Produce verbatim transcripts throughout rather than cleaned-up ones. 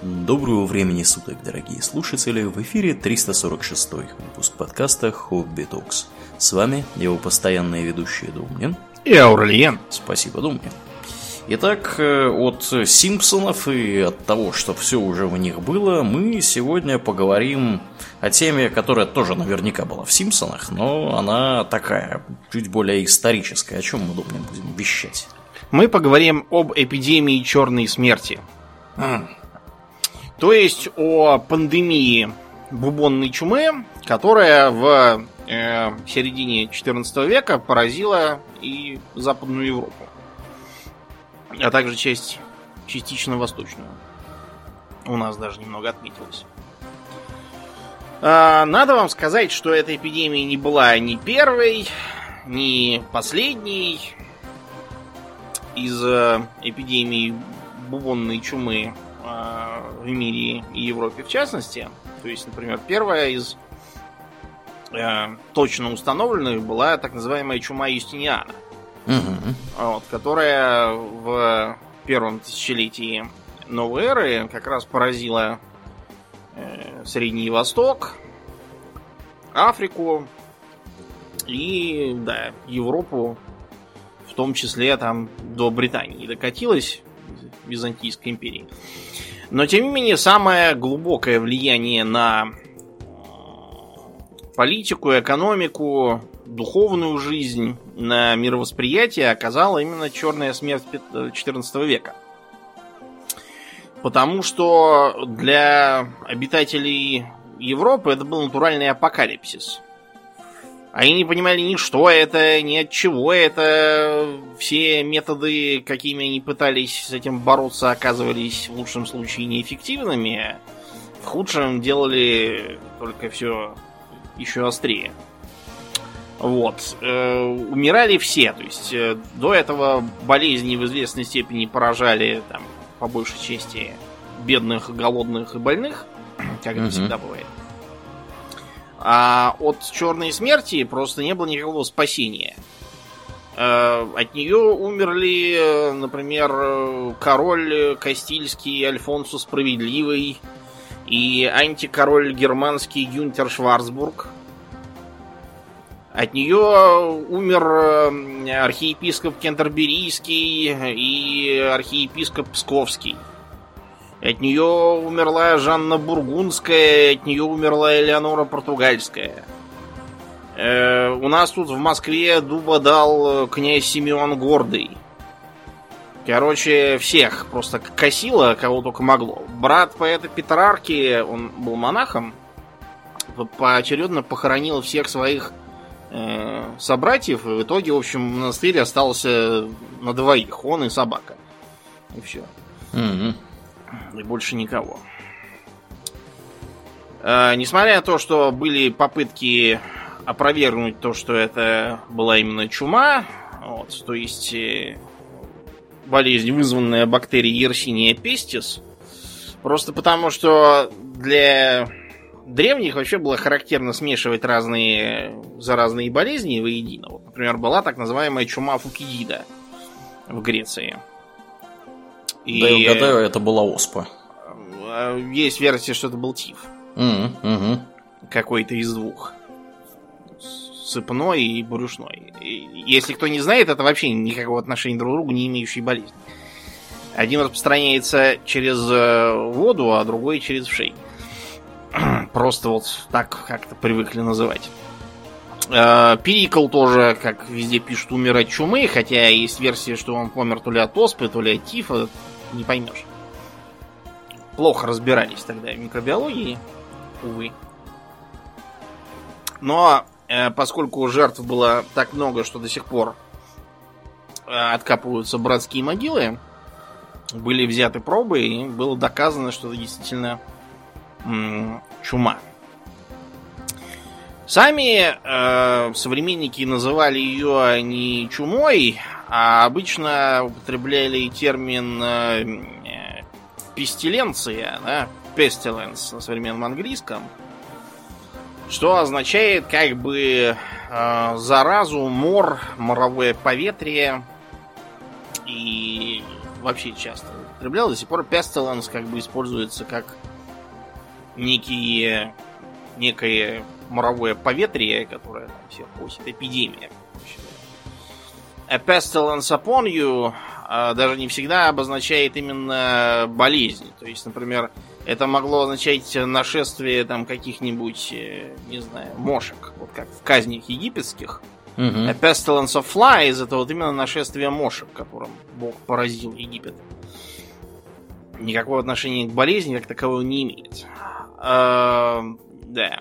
Доброго времени суток, дорогие слушатели! В эфире триста сорок шестой выпуск подкаста Хобби Токс. С вами его постоянные ведущие Домнин и Аурлиен. Спасибо, Домнин. Итак, от Симпсонов и от того, что все уже в них было, мы сегодня поговорим о теме, которая тоже наверняка была в Симпсонах, но она такая, чуть более историческая. О чем мы, Домнин, будем вещать? Мы поговорим об эпидемии черной смерти. Mm. То есть о пандемии бубонной чумы, которая в э, середине четырнадцатого века поразила и Западную Европу, а также часть частично восточную. У нас даже немного отметилось. А, надо вам сказать, что эта эпидемия не была ни первой, ни последней из э, эпидемий бубонной чумы в мире и Европе в частности. То есть, например, первая из э, точно установленных была так называемая чума Юстиниана, угу. вот, которая в первом тысячелетии новой эры как раз поразила э, Средний Восток, Африку и да, Европу, в том числе там до Британии докатилась, Византийской империи. Но, тем не менее, самое глубокое влияние на политику, экономику, духовную жизнь, на мировосприятие оказала именно черная смерть четырнадцатого века. Потому что для обитателей Европы это был натуральный апокалипсис. Они не понимали ни что это, ни от чего это. Все методы, какими они пытались с этим бороться, оказывались в лучшем случае неэффективными. В худшем делали только все еще острее. Вот. Э, умирали все. То есть э, до этого болезни в известной степени поражали там, по большей части бедных, голодных и больных, как это всегда бывает. А от черной смерти просто не было никакого спасения. От нее умерли, например, король Кастильский Альфонсо Справедливый и антикороль германский Гюнтер Шварцбург. От нее умер архиепископ Кентерберийский и архиепископ Псковский. От нее умерла Жанна Бургундская, от нее умерла Элеонора Португальская. Э, у нас тут в Москве дуба дал князь Симеон Гордый. Короче, всех просто косило, кого только могло. Брат поэта Петрарки, он был монахом, поочередно похоронил всех своих э, собратьев, и в итоге, в общем, монастырь остался на двоих, он и собака. И все. Mm-hmm. И больше никого. Э, несмотря на то, что были попытки опровергнуть то, что это была именно чума, вот, то есть э, болезнь, вызванная бактерией Yersinia pestis, просто потому, что для древних вообще было характерно смешивать разные заразные болезни воедино. Вот, например, была так называемая чума Фукидида в Греции. И да, я угадаю, это была оспа. Есть версия, что это был тиф. Mm-hmm. Mm-hmm. Какой-то из двух. Сыпной и брюшной. И если кто не знает, это вообще никакого отношения друг к другу не имеющие болезни. Один распространяется через воду, а другой через вшей. Просто вот так как-то привыкли называть. Перикл тоже, как везде пишут, умер от чумы, хотя есть версия, что он помер то ли от оспы, то ли от тифа, не поймешь. Плохо разбирались тогда в микробиологии, увы. Но э, поскольку жертв было так много, что до сих пор э, откапываются братские могилы, были взяты пробы, и было доказано, что это действительно м- чума. Сами э, современники называли ее не чумой, а обычно употребляли термин э, пестиленция, да, pestilence на современном английском, что означает как бы э, заразу, мор, моровое поветрие и вообще часто употреблял. До сих пор pestilence как бы используется как некие, некое моровое поветрие, которое там всех косит, эпидемия. A pestilence upon you а, даже не всегда обозначает именно болезнь. То есть, например, это могло означать нашествие там каких-нибудь, не знаю, мошек, вот как в казнях египетских. Uh-huh. A pestilence of flies — это вот именно нашествие мошек, которым Бог поразил Египет. Никакого отношения к болезни как таковой не имеет. А, да.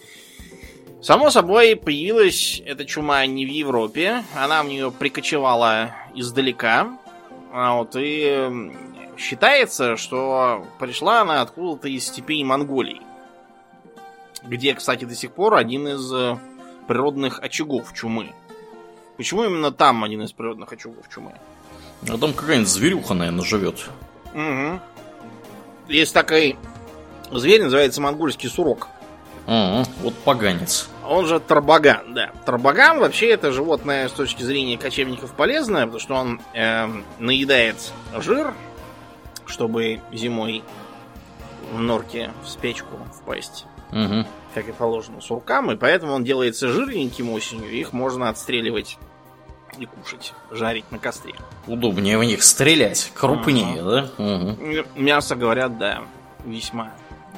Само собой, появилась эта чума не в Европе. Она в нее прикочевала издалека. А вот, и считается, что пришла она откуда-то из степей Монголии. Где, кстати, до сих пор один из природных очагов чумы. Почему именно там один из природных очагов чумы? А там какая-нибудь зверюха, наверное, живет. Угу. Есть такой зверь, называется монгольский сурок. Угу. Вот поганец. Он же тарбаган, да. Тарбаган вообще это животное с точки зрения кочевников полезное, потому что он э, наедает жир, чтобы зимой в норке в спячку впасть. Угу. Как и положено суркам, и поэтому он делается жирненьким осенью, их можно отстреливать и кушать, жарить на костре. Удобнее в них стрелять, крупнее, угу. Да? Угу. Мясо, говорят, да, весьма.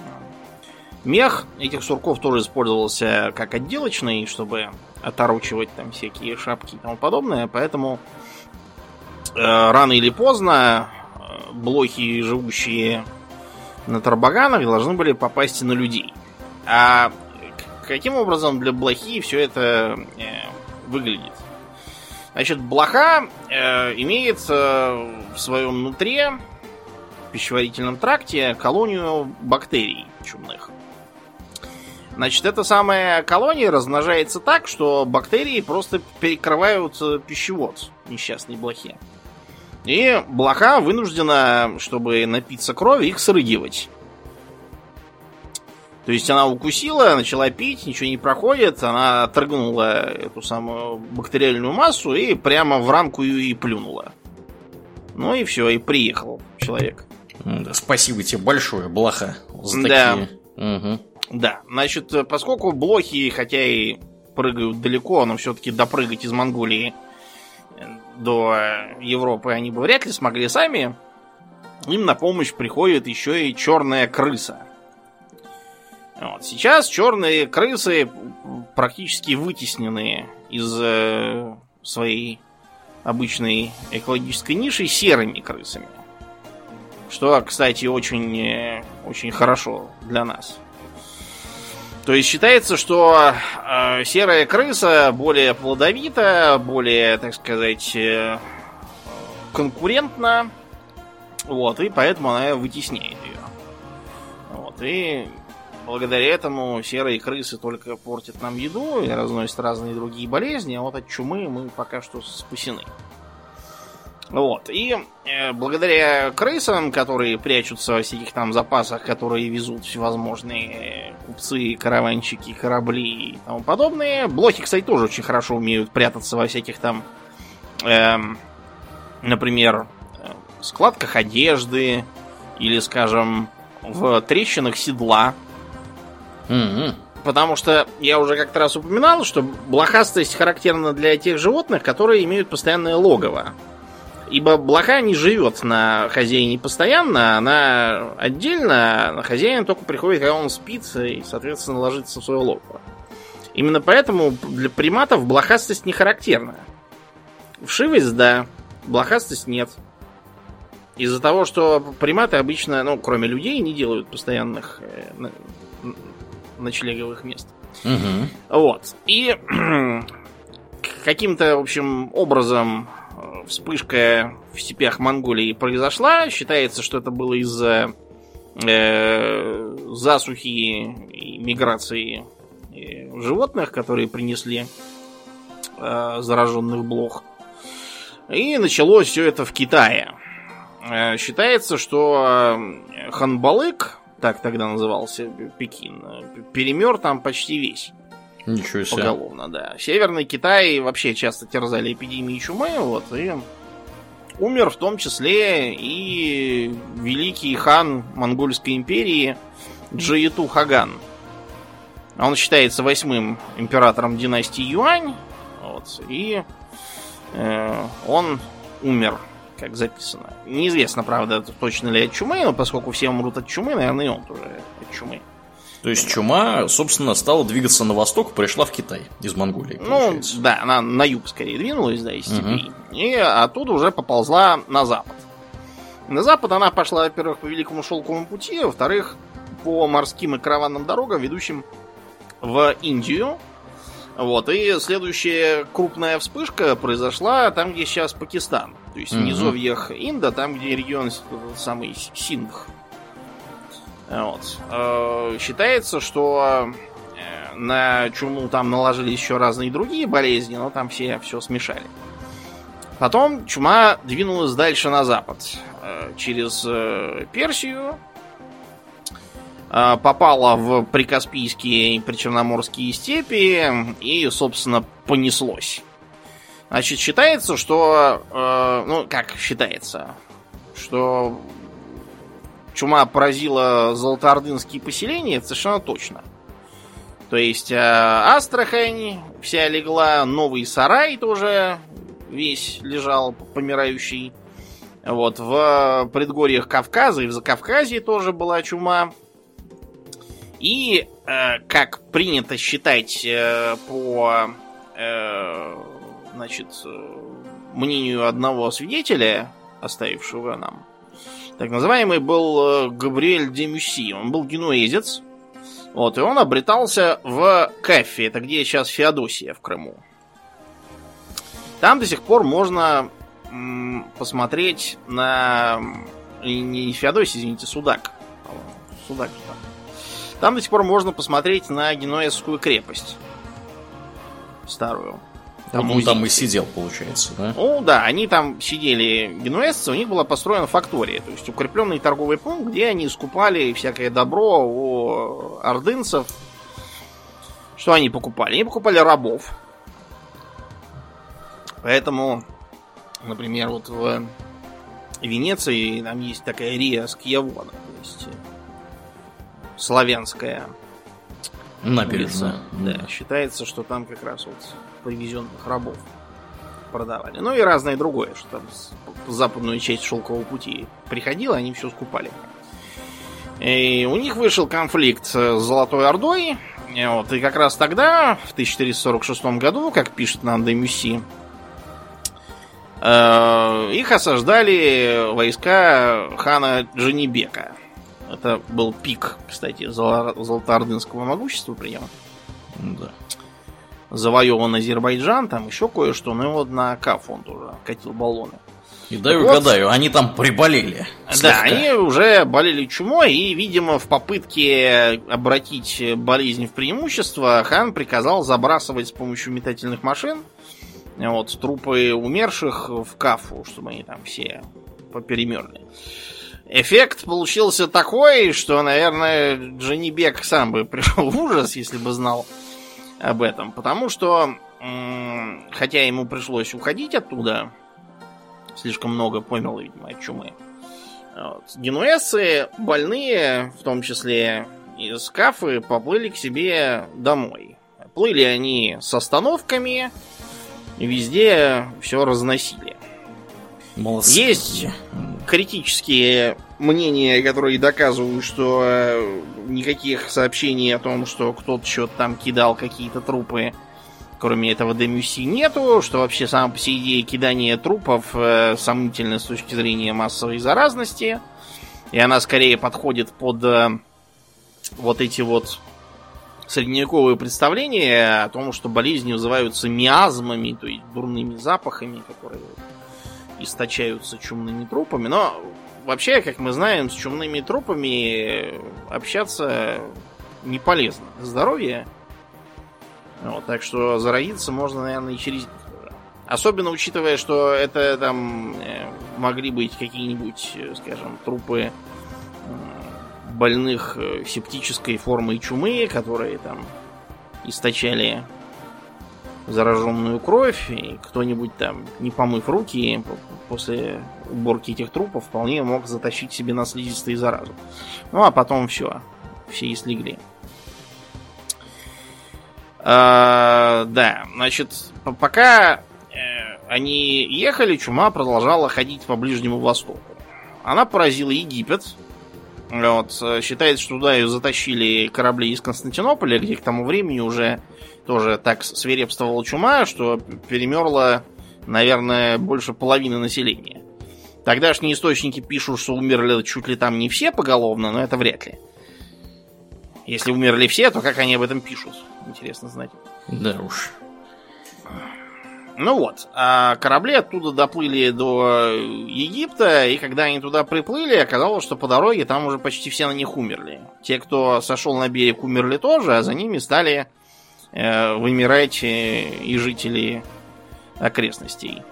Мех этих сурков тоже использовался как отделочный, чтобы оторочивать там всякие шапки и тому подобное, поэтому э, рано или поздно э, блохи, живущие на тарбаганах, должны были попасть на людей. А каким образом для блохи все это э, выглядит? Значит, блоха э, имеет э, в своем нутре, в пищеварительном тракте, колонию бактерий чумных. Значит, эта самая колония размножается так, что бактерии просто перекрывают пищевод несчастной блохи. И блоха вынуждена, чтобы напиться крови, их срыгивать. То есть она укусила, начала пить, ничего не проходит, она отрыгнула эту самую бактериальную массу и прямо в рамку ее и плюнула. Ну и все, и приехал человек. Да, спасибо тебе большое, блоха, за да. такие... Угу. Да, значит, поскольку блохи, хотя и прыгают далеко, но все-таки допрыгать из Монголии до Европы они бы вряд ли смогли сами, им на помощь приходит еще и черная крыса. Вот. Сейчас черные крысы практически вытеснены из э, своей обычной экологической ниши серыми крысами. Что, кстати, очень, э, очень хорошо для нас. То есть считается, что э, серая крыса более плодовита, более, так сказать, э, конкурентна, вот, и поэтому она вытесняет ее. Вот, и благодаря этому серые крысы только портят нам еду и разносят разные другие болезни, а вот от чумы мы пока что спасены. Вот, и э, благодаря крысам, которые прячутся во всяких там запасах, которые везут всевозможные купцы, караванщики, корабли и тому подобное, блохи, кстати, тоже очень хорошо умеют прятаться во всяких там, э, например, складках одежды или, скажем, в трещинах седла. Mm-hmm. Потому что я уже как-то раз упоминал, что блохастость характерна для тех животных, которые имеют постоянное логово. Ибо блоха не живет на хозяине постоянно, она отдельно, а хозяин только приходит, когда он спит, и, соответственно, ложится в свое логово. Именно поэтому для приматов блохастость не характерна. Вшивость, да, блохастость нет. Из-за того, что приматы обычно, ну, кроме людей, не делают постоянных э, ночлеговых мест. Угу. Вот. И каким-то, в общем, образом вспышка в степях Монголии произошла. Считается, что это было из-за э, засухи и миграции э, животных, которые принесли э, зараженных блох. И началось все это в Китае. Э, считается, что Ханбалык, так тогда назывался Пекин, перемер там почти весь. Ничего себе. Поголовно, да. Северный Китай вообще часто терзали эпидемии чумы, вот, и умер в том числе и великий хан Монгольской империи Джаяту Хаган. Он считается восьмым императором династии Юань. Вот, и э, он умер, как записано. Неизвестно, правда, точно ли от чумы, но поскольку все умрут от чумы, наверное, и он тоже от чумы. То есть чума, собственно, стала двигаться на восток, пришла в Китай из Монголии, получается. Ну, да, она на юг скорее двинулась, да, из степей. Угу. И оттуда уже поползла на запад. На запад она пошла, во-первых, по Великому Шелковому пути, а во-вторых, по морским и караванным дорогам, ведущим в Индию. Вот, и следующая крупная вспышка произошла там, где сейчас Пакистан. То есть угу. в низовьях Инда, там, где регион самый Синдх. Вот. Э, считается, что на чуму там наложились еще разные другие болезни, но там все все смешали. Потом чума двинулась дальше на запад, э, через э, Персию, э, попала в прикаспийские и причерноморские степи и, собственно, понеслось. Значит, считается, что... Э, ну, как считается? Что... Чума поразила золотоордынские поселения, это совершенно точно. То есть э, Астрахань вся легла, Новый Сарай тоже весь лежал помирающий. Вот, в предгорьях Кавказа и в Закавказье тоже была чума. И, э, как принято считать э, по э, значит, мнению одного свидетеля, оставившего нам, так называемый был Габриэль де Мюсси. Он был генуэзец. Вот, и он обретался в Кафе. Это где сейчас Феодосия в Крыму. Там до сих пор можно м, посмотреть на... Не Феодосия, извините, Судак. Судак же там. Там до сих пор можно посмотреть на Генуэзскую крепость. Старую. Там он там и сидел, получается, да? Ну да, они там сидели, генуэзцы, у них была построена фактория, то есть укрепленный торговый пункт, где они скупали всякое добро у ордынцев. Что они покупали? Они покупали рабов. Поэтому, например, вот в Венеции там есть такая Рия Скьявона, то есть славянская набережная. Да, да, считается, что там как раз вот привезенных рабов продавали. Ну и разное другое, что там в западную часть Шелкового пути приходило, они все скупали. И у них вышел конфликт с Золотой Ордой. Вот, и как раз тогда, в тысяча четыреста сорок шестом году, как пишет нам де Мюсси, э, их осаждали войска хана Джанибека. Это был пик, кстати, золотоордынского могущества при нем. Да. Завоеван Азербайджан, там еще кое-что, но вот на Каф он тоже катил баллоны. И дай угадаю, вот, они там приболели. Да, слегка. Они уже болели чумой, и, видимо, в попытке обратить болезнь в преимущество, хан приказал забрасывать с помощью метательных машин вот, трупы умерших в Кафу, чтобы они там все поперемерли. Эффект получился такой, что, наверное, Джанибек сам бы пришел в ужас, если бы знал об этом. Потому что, м- хотя ему пришлось уходить оттуда, слишком много померло, видимо, от чумы. Вот. Генуэзцы, больные, в том числе из Кафы, поплыли к себе домой. Плыли они с остановками, и везде все разносили. Молодцы. Есть критические мнения, которые доказывают, что никаких сообщений о том, что кто-то что-то там кидал, какие-то трупы, кроме этого де Мюсси, нету, что вообще сама по себе идея кидания трупов э, сомнительна с точки зрения массовой заразности, и она скорее подходит под э, вот эти вот средневековые представления о том, что болезни вызываются миазмами, то есть дурными запахами, которые источаются чумными трупами. Но вообще, как мы знаем, с чумными трупами общаться не полезно для здоровья. Вот, так что заразиться можно, наверное, и через них. Особенно учитывая, что это там могли быть какие-нибудь, скажем, трупы больных септической формой чумы, которые там источали зараженную кровь, и кто-нибудь там, не помыв руки после уборки этих трупов, вполне мог затащить себе на слизистые заразу. Ну, а потом все. Все и слегли. А, да, значит, пока э, они ехали, чума продолжала ходить по Ближнему Востоку. Она поразила Египет. Вот, считается, что туда ее затащили корабли из Константинополя, где к тому времени уже тоже так свирепствовала чума, что перемерло, наверное, больше половины населения. Тогдашние источники пишут, что умерли чуть ли там не все поголовно, но это вряд ли. Если умерли все, то как они об этом пишут? Интересно знать. Да уж. Ну вот, а корабли оттуда доплыли до Египта, и когда они туда приплыли, оказалось, что по дороге там уже почти все на них умерли. Те, кто сошел на берег, умерли тоже, а за ними стали э, вымирать э, и жители окрестностей.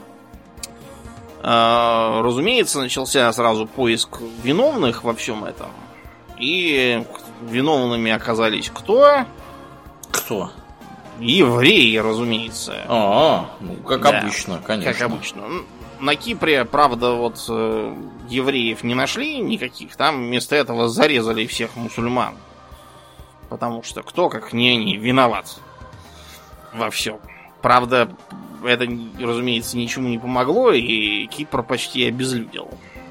Э, разумеется, начался сразу поиск виновных во всем этом. И виновными оказались кто? Кто? Евреи, разумеется. А, ну, как Да, обычно, конечно. Как обычно. На Кипре, правда, вот э, евреев не нашли никаких. Там вместо этого зарезали всех мусульман. Потому что кто, как не они, виноват во всем. Правда, это, разумеется, ничему не помогло, и Кипр почти обезлюдил.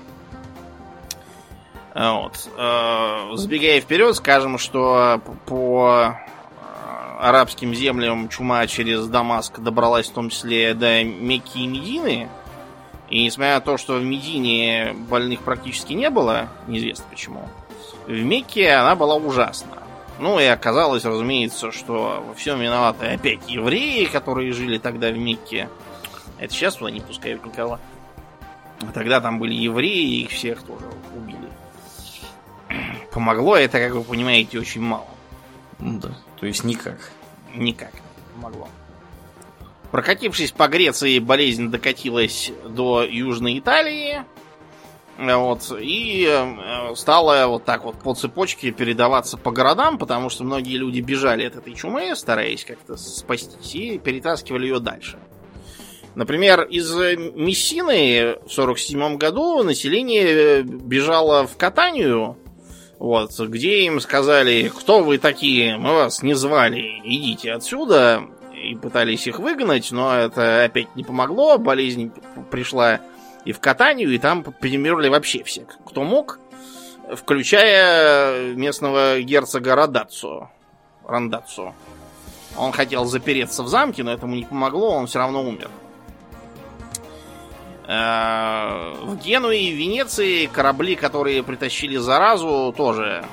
Вот. Забегая вперед, скажем, что по арабским землям чума через Дамаск добралась в том числе до Мекки и Медины. И несмотря на то, что в Медине больных практически не было, неизвестно почему, в Мекке она была ужасна. Ну и оказалось, разумеется, что во всем виноваты опять евреи, которые жили тогда в Мекке. Это сейчас туда не пускают никого. Тогда там были евреи, и их всех тоже убили. Помогло это, как вы понимаете, очень мало. Ну да, то есть никак. Никак не помогло. Прокатившись по Греции, болезнь докатилась до Южной Италии. Вот, и стала вот так вот по цепочке передаваться по городам, потому что многие люди бежали от этой чумы, стараясь как-то спастись, и перетаскивали ее дальше. Например, из Мессины в сорок седьмом году население бежало в Катанию, вот, где им сказали: кто вы такие, мы вас не звали, идите отсюда. И пытались их выгнать, но это опять не помогло. Болезнь пришла и в Катанию, и там перемерли вообще все, кто мог, включая местного герцога Радаццо. Рандаццо. Он хотел запереться в замке, но этому не помогло, он все равно умер. В Генуе и Венеции корабли, которые притащили заразу, тоже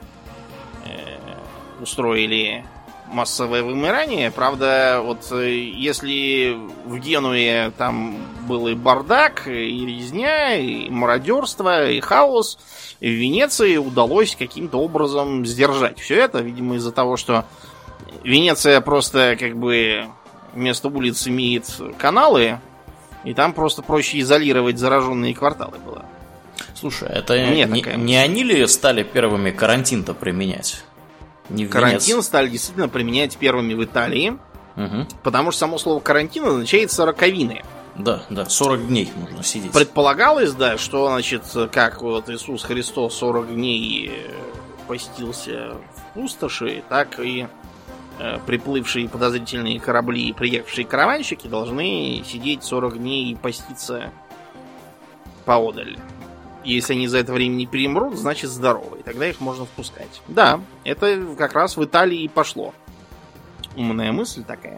устроили массовое вымирание. Правда, вот если в Генуе там был и бардак, и резня, и мародерство, и хаос, в Венеции удалось каким-то образом сдержать все это, видимо, из-за того, что Венеция просто как бы вместо улиц имеет каналы, и там просто проще изолировать зараженные кварталы было. Слушай, это не, не они ли стали первыми карантин-то применять? Не карантин стали действительно применять первыми в Италии, угу. Потому что само слово карантин означает сороковины. Да, да, сорок дней нужно сидеть. Предполагалось, да, что, значит, как вот Иисус Христос сорок дней постился в пустоши, так и э, приплывшие подозрительные корабли и приехавшие караванщики должны сидеть сорок дней и поститься поодаль. Если они за это время не перемрут, значит здоровы. И тогда их можно впускать. Да, это как раз в Италии и пошло. Умная мысль такая.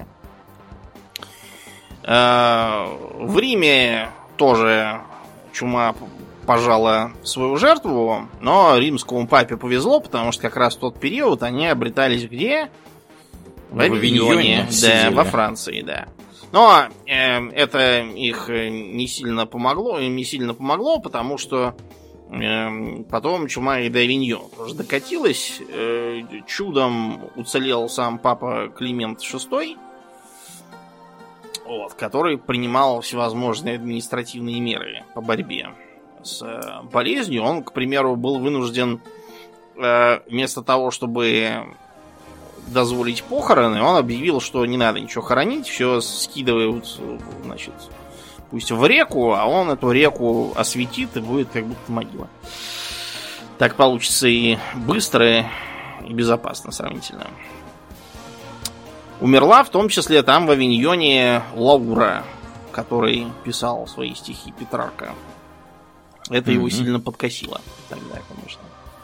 В Риме тоже чума пожала свою жертву, но римскому папе повезло, потому что как раз в тот период они обретались где? В Авиньоне, да, во Франции, да. Но э, это их не сильно помогло, им не сильно помогло, потому что э, потом чума и до Авиньона тоже докатилась. Э, чудом уцелел сам папа Климент шестой, вот, который принимал всевозможные административные меры по борьбе с э, болезнью. Он, к примеру, был вынужден э, вместо того, чтобы дозволить похороны, он объявил, что не надо ничего хоронить, все скидывают, значит, пусть в реку, а он эту реку осветит и будет как будто могила. Так получится и быстро, и безопасно сравнительно. Умерла в том числе там в Авиньоне Лаура, который писал свои стихи Петрарка. Это mm-hmm. его сильно подкосило тогда, конечно.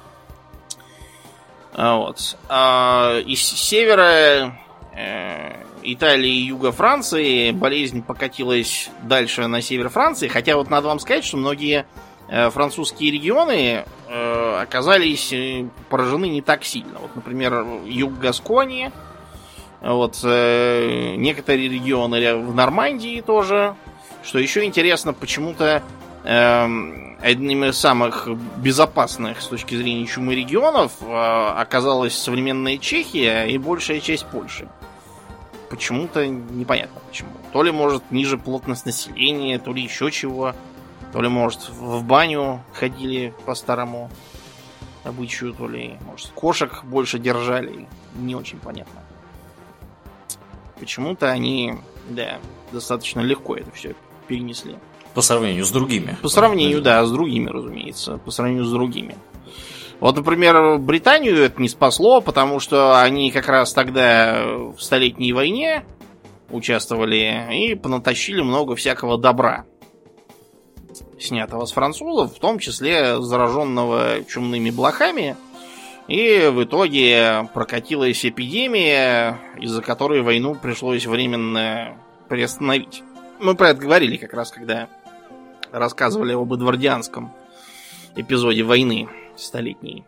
Вот. А из севера э, Италии и юга Франции болезнь покатилась дальше на север Франции. Хотя вот надо вам сказать, что многие э, французские регионы э, оказались поражены не так сильно. Вот, например, юг Гасконии, вот, э, некоторые регионы в Нормандии тоже. Что еще интересно, почему-то э, одним из самых безопасных с точки зрения чумы регионов э, оказалась современная Чехия и большая часть Польши. Почему-то непонятно почему. То ли, может, ниже плотность населения, то ли еще чего. То ли, может, в баню ходили по старому обычаю, то ли, может, кошек больше держали. Не очень понятно. Почему-то они, да, достаточно легко это все перенесли. По сравнению с другими. По сравнению, да, с другими, разумеется. По сравнению с другими. Вот, например, Британию это не спасло, потому что они как раз тогда в Столетней войне участвовали и понатащили много всякого добра, снятого с французов, в том числе зараженного чумными блохами. И в итоге прокатилась эпидемия, из-за которой войну пришлось временно приостановить. Мы про это говорили как раз, когда рассказывали об эдвардианском эпизоде войны столетней.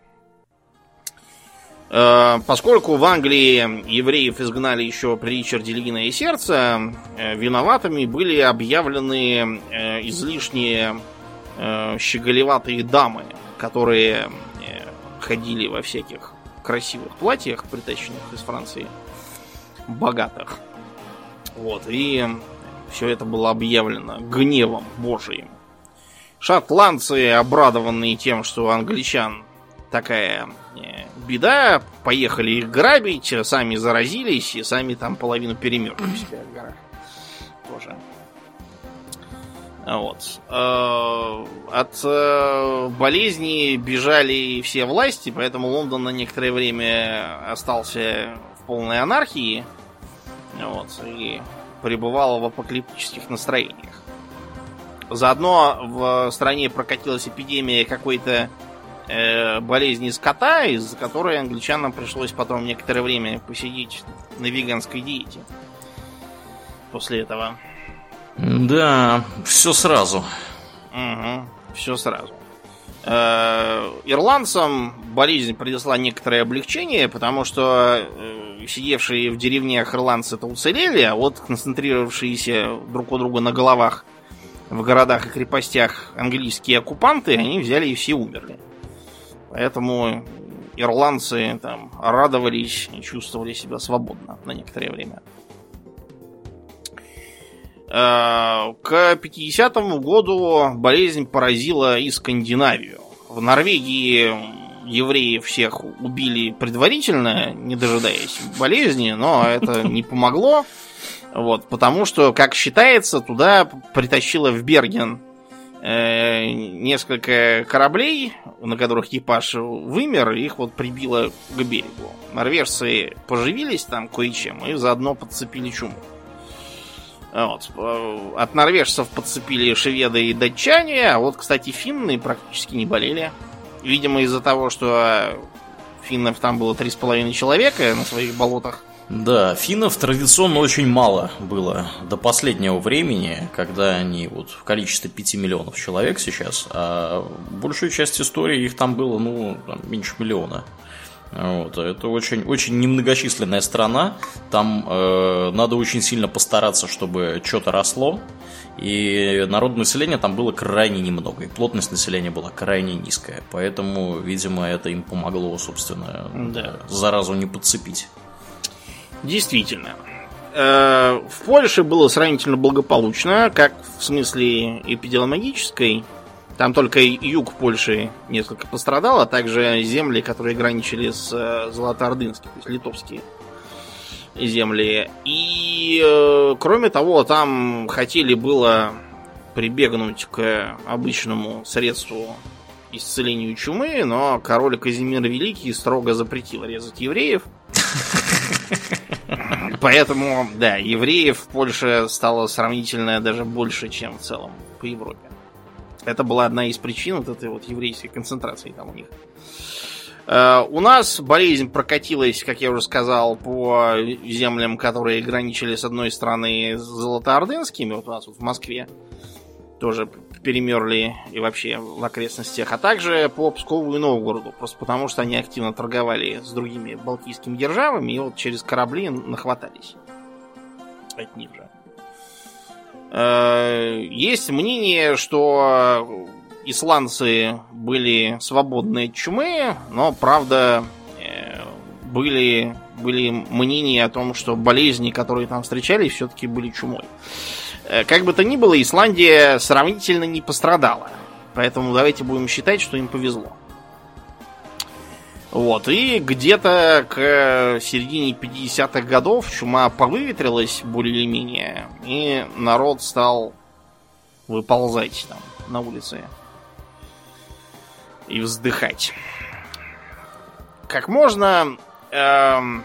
Поскольку в Англии евреев изгнали еще при Ричарде Львиное Сердце, виноватыми были объявлены излишние щеголеватые дамы, которые ходили во всяких красивых платьях, притащенных из Франции, богатых. Вот, и все это было объявлено гневом Божиим. Шотландцы, обрадованные тем, что у англичан такая беда, поехали их грабить, сами заразились и сами там половину перемерзли у себя в горах. Тоже. Вот. От болезни бежали все власти, поэтому Лондон на некоторое время остался в полной анархии. Вот, и пребывал в апокалиптических настроениях. Заодно в стране прокатилась эпидемия какой-то э, болезни скота, из-за которой англичанам пришлось потом некоторое время посидеть на веганской диете. После этого. Да, все сразу. Угу, все сразу. Э, ирландцам болезнь принесла некоторое облегчение, потому что э, сидевшие в деревнях ирландцы-то уцелели, а вот концентрировавшиеся друг у друга на головах в городах и крепостях английские оккупанты, они взяли и все умерли. Поэтому ирландцы там радовались и чувствовали себя свободно на некоторое время. К пятидесятому году болезнь поразила и Скандинавию. В Норвегии евреев всех убили предварительно, не дожидаясь болезни, но это не помогло. Вот, потому что, как считается, туда притащило в Берген э, несколько кораблей, на которых экипаж вымер, и их вот прибило к берегу. Норвежцы поживились там кое-чем и заодно подцепили чуму. Вот. От норвежцев подцепили шведы и датчане, а вот, кстати, финны практически не болели. Видимо, из-за того, что финнов там было три с половиной человека на своих болотах. Да, финнов традиционно очень мало было до последнего времени, когда они вот в количестве пяти миллионов человек сейчас, а большую часть истории их там было, ну, там, меньше миллиона. Вот, это очень, очень немногочисленная страна. Там э, надо очень сильно постараться, чтобы что-то росло. И народное население там было крайне немного. И плотность населения была крайне низкая. Поэтому, видимо, это им помогло, собственно, да. заразу не подцепить. Действительно. Э, в Польше было сравнительно благополучно, как в смысле эпидемиологической, Там только юг Польши несколько пострадал, а также земли, которые граничили с Золотоордынскими, то есть литовские земли. И, э, кроме того, там хотели было прибегнуть к обычному средству исцелению чумы, но король Казимир Великий строго запретил резать евреев. Поэтому, да, евреев в Польше стало сравнительно даже больше, чем в целом по Европе. Это была одна из причин вот этой вот еврейской концентрации там у них. Uh, у нас болезнь прокатилась, как я уже сказал, по землям, которые граничили с одной стороны с Золотоордынскими, вот у нас вот в Москве тоже перемерли и вообще в окрестностях, а также по Пскову и Новгороду, просто потому что они активно торговали с другими балтийскими державами и вот через корабли нахватались от них же. Есть мнение, что исландцы были свободны от чумы, но, правда, были, были мнения о том, что болезни, которые там встречались, все-таки были чумой. Как бы то ни было, Исландия сравнительно не пострадала. Поэтому давайте будем считать, что им повезло. Вот, и где-то к середине пятидесятых годов чума повыветрилась более или менее, и народ стал выползать там на улице и вздыхать. Как можно... Эм,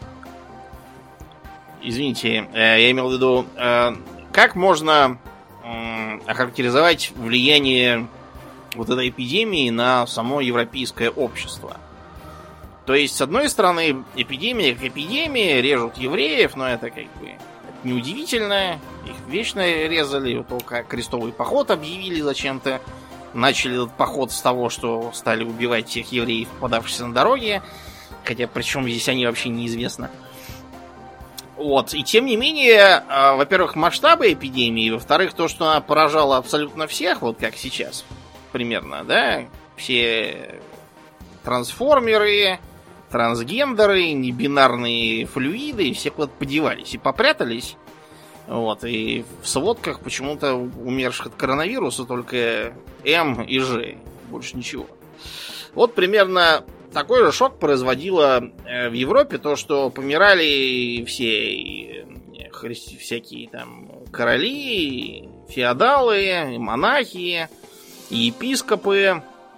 извините, э, я имел в виду... Э, как можно э, охарактеризовать влияние вот этой эпидемии на само европейское общество? То есть, с одной стороны, эпидемия как эпидемия, режут евреев, но это как бы неудивительно. Их вечно резали, вот только крестовый поход объявили зачем-то. Начали этот поход с того, что стали убивать всех евреев, попадавшихся на дороге. Хотя, причем здесь они вообще неизвестно. Вот. И тем не менее, во-первых, масштабы эпидемии, во-вторых, то, что она поражала абсолютно всех, вот как сейчас примерно, да, все трансформеры, трансгендеры, небинарные флюиды, все куда-то подевались и попрятались. Вот, и в сводках почему-то умерших от коронавируса только М и Ж, больше ничего. Вот примерно такой же шок производило в Европе то, что помирали все христи, всякие там короли, феодалы, монахи, епископы.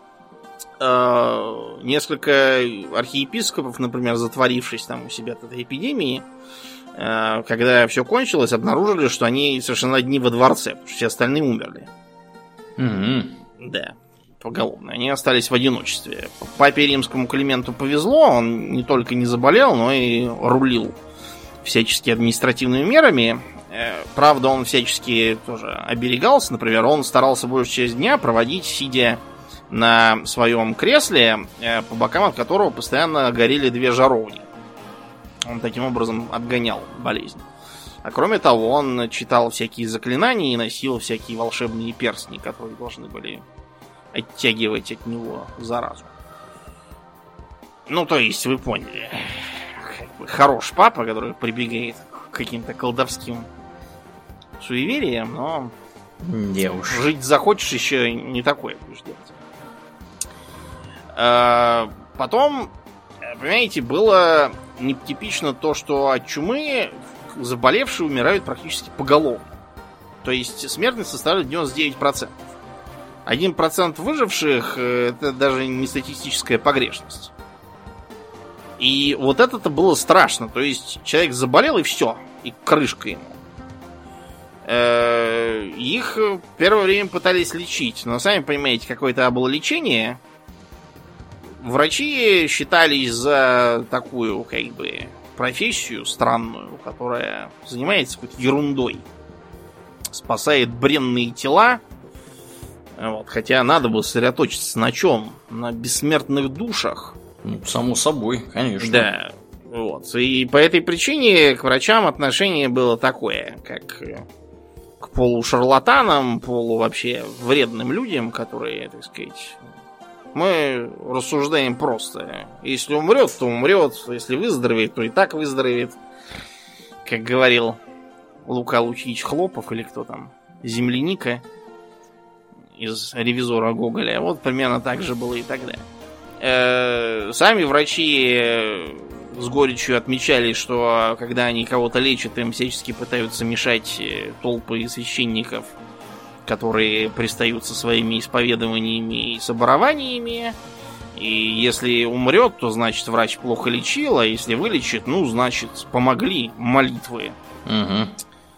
Э, несколько архиепископов, например, затворившись там у себя от этой эпидемии, э, когда все кончилось, обнаружили, что они совершенно одни во дворце, потому что все остальные умерли. Mm-hmm. Да, поголовно. Они остались в одиночестве. Папе Римскому Клименту повезло, он не только не заболел, но и рулил всячески административными мерами. Э, правда, он всячески тоже оберегался. Например, он старался большую часть дня проводить, сидя на своем кресле, по бокам от которого постоянно горели две жаровни. Он таким образом отгонял болезнь. А кроме того, он читал всякие заклинания и носил всякие волшебные перстни, которые должны были оттягивать от него заразу. Ну, то есть, вы поняли. Хорош папа, который прибегает к каким-то колдовским суевериям, но не уж. Жить захочешь, еще не такое будешь делать. Потом, понимаете, было нетипично то, что от чумы заболевшие умирают практически поголовно. То есть смертность составляет девяносто девять процентов. один процент выживших — это даже не статистическая погрешность. И вот это-то было страшно. То есть человек заболел, и все, и крышка ему. Их первое время пытались лечить, но сами понимаете, какое-то было лечение. Врачи считались за такую, как бы, профессию странную, которая занимается какой-то ерундой. Спасает бренные тела. Вот, хотя надо было сосредоточиться на чем? На бессмертных душах. Ну, само собой, конечно. Да. Вот. И по этой причине к врачам отношение было такое, как к полушарлатанам, полу вообще вредным людям, которые, так сказать... Мы рассуждаем просто. Если умрет, то умрет. Если выздоровеет, то и так выздоровеет. Как говорил Лука Лучич Хлопов, или кто там, Земляника. из «Ревизора» Гоголя. Вот примерно так же было и тогда. Э, сами врачи с горечью отмечали, что когда они кого-то лечат, им всячески пытаются мешать толпы священников, которые пристают со своими исповедованиями и соборованиями. И если умрет, то значит врач плохо лечил, а если вылечит, ну значит помогли молитвы угу.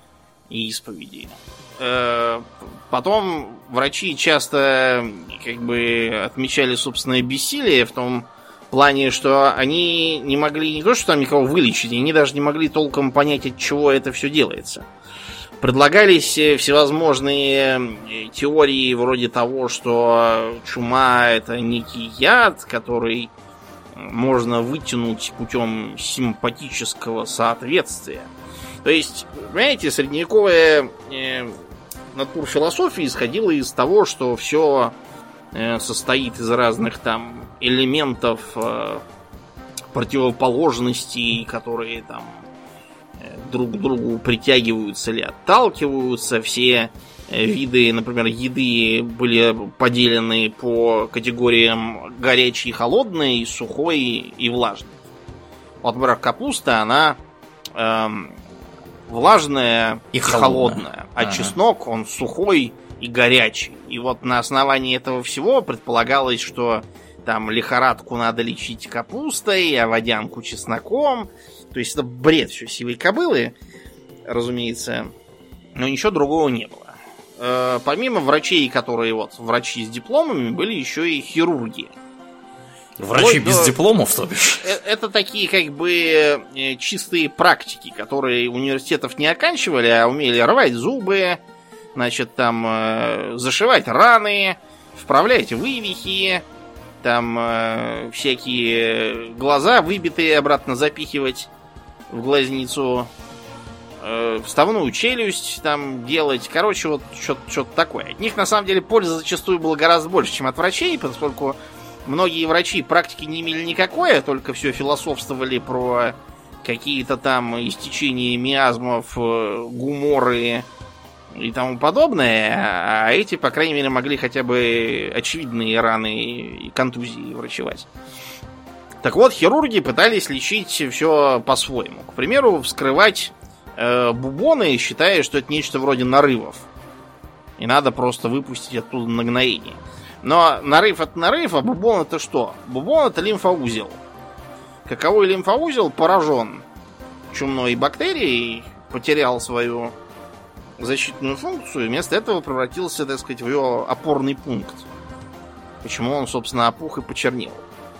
и исповеди. Э, потом врачи часто как бы отмечали собственное бессилие в том плане, что они не могли не то, что там никого вылечить, они даже не могли толком понять, от чего это все делается. Предлагались всевозможные теории вроде того, что чума это некий яд, который можно вытянуть путем симпатического соответствия. То есть, понимаете, средневековая э, натурфилософия исходила из того, что все э, состоит из разных там элементов э, противоположностей, которые там друг к другу притягиваются или отталкиваются. Все виды, например, еды были поделены по категориям горячей и холодной, сухой и влажной. Вот, например, капуста, она эм, влажная и, и холодная, холодная а ага. чеснок, он сухой и горячий. И вот на основании этого всего предполагалось, что там лихорадку надо лечить капустой, а водянку чесноком. То есть это бред все сивой кобылы, разумеется, но ничего другого не было. Э, помимо врачей, которые вот врачи с дипломами, были еще и хирурги. Врачи вот, без до... дипломов, то бишь? Это такие как бы чистые практики, которые университетов не оканчивали, а умели рвать зубы, значит, там э, зашивать раны, вправлять вывихи, там э, всякие глаза выбитые обратно запихивать в глазницу, э, вставную челюсть там делать. Короче, вот что-то такое. От них, на самом деле, пользы зачастую было гораздо больше, чем от врачей, поскольку многие врачи практики не имели никакой, а только все философствовали про какие-то там истечения миазмов, гуморы и тому подобное, а эти, по крайней мере, могли хотя бы очевидные раны и контузии врачевать. Так вот, хирурги пытались лечить все по-своему. К примеру, вскрывать э, бубоны, считая, что это нечто вроде нарывов. И надо просто выпустить оттуда нагноение. Но нарыв это нарыв, а бубон это что? Бубон это лимфоузел. Каковой лимфоузел поражен чумной бактерией, потерял свою защитную функцию, и вместо этого превратился, так сказать, в ее опорный пункт. Почему он, собственно, опух и почернел.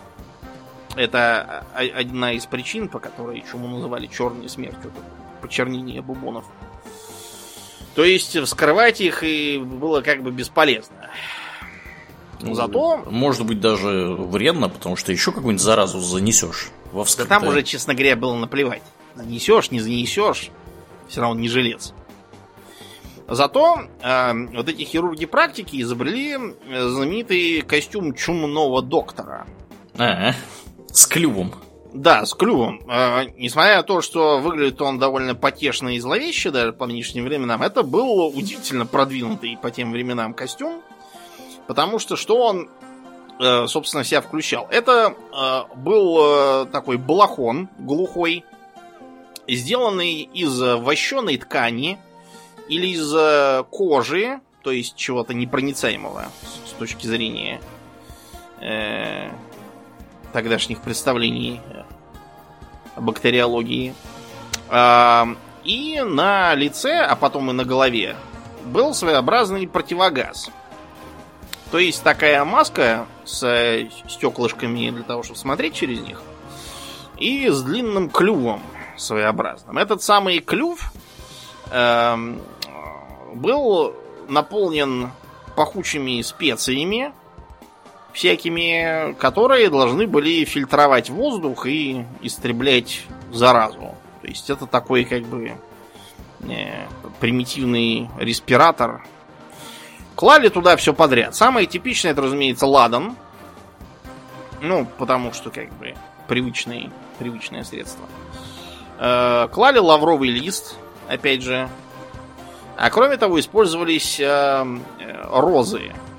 Это одна из причин, по которой чуму называли черной смертью. Почернение бубонов. То есть вскрывать их и было как бы бесполезно. Зато... Может быть, даже вредно, потому что еще какую-нибудь заразу занесешь во вскрытое. Да там уже, честно говоря, было наплевать. Занесешь, не занесешь, все равно не жилец. Зато э, вот эти хирурги-практики изобрели знаменитый костюм чумного доктора. А-а. С клювом. Да, с клювом. Э, несмотря на то, что выглядит он довольно потешно и зловеще, даже по нынешним временам, это был удивительно продвинутый по тем временам костюм. Потому что что он, э, собственно, себя включал? Это э, был э, такой балахон глухой, сделанный из вощеной ткани или из э, кожи, то есть чего-то непроницаемого с, с точки зрения э, тогдашних представлений о бактериологии. Э, и на лице, а потом и на голове был своеобразный противогаз. То есть такая маска с стеклышками для того, чтобы смотреть через них, и с длинным клювом своеобразным. Этот самый клюв э, был наполнен пахучими специями всякими, которые должны были фильтровать воздух и истреблять заразу. То есть это такой как бы э, примитивный респиратор. Клали туда все подряд. Самое типичное, это, разумеется, ладан. Ну, потому что, как бы, привычный, привычное средство. Э, клали лавровый лист, опять же. А кроме того, использовались э, розы.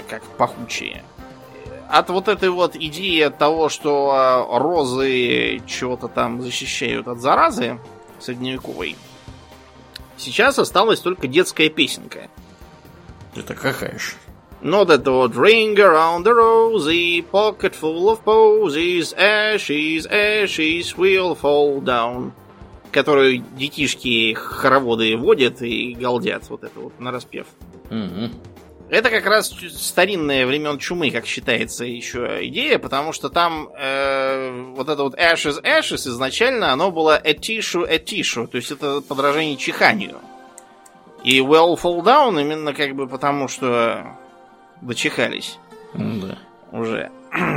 как пахучие. От вот этой вот идеи того, что розы чего-то там защищают от заразы средневековой, сейчас осталась только детская песенка. Это какая же? Ну, вот это вот Ring around the rosy, pocket full of posies, ashes, ashes will fall down. Которую детишки хороводы водят и галдят вот это вот нараспев. Угу. Это как раз старинные времен чумы, как считается, еще идея, потому что там э, вот это вот ashes, ashes изначально оно было a tissue, a tissue, то есть это подражание чиханию. И will fall down именно как бы потому, что дочихались. Ну да. Уже.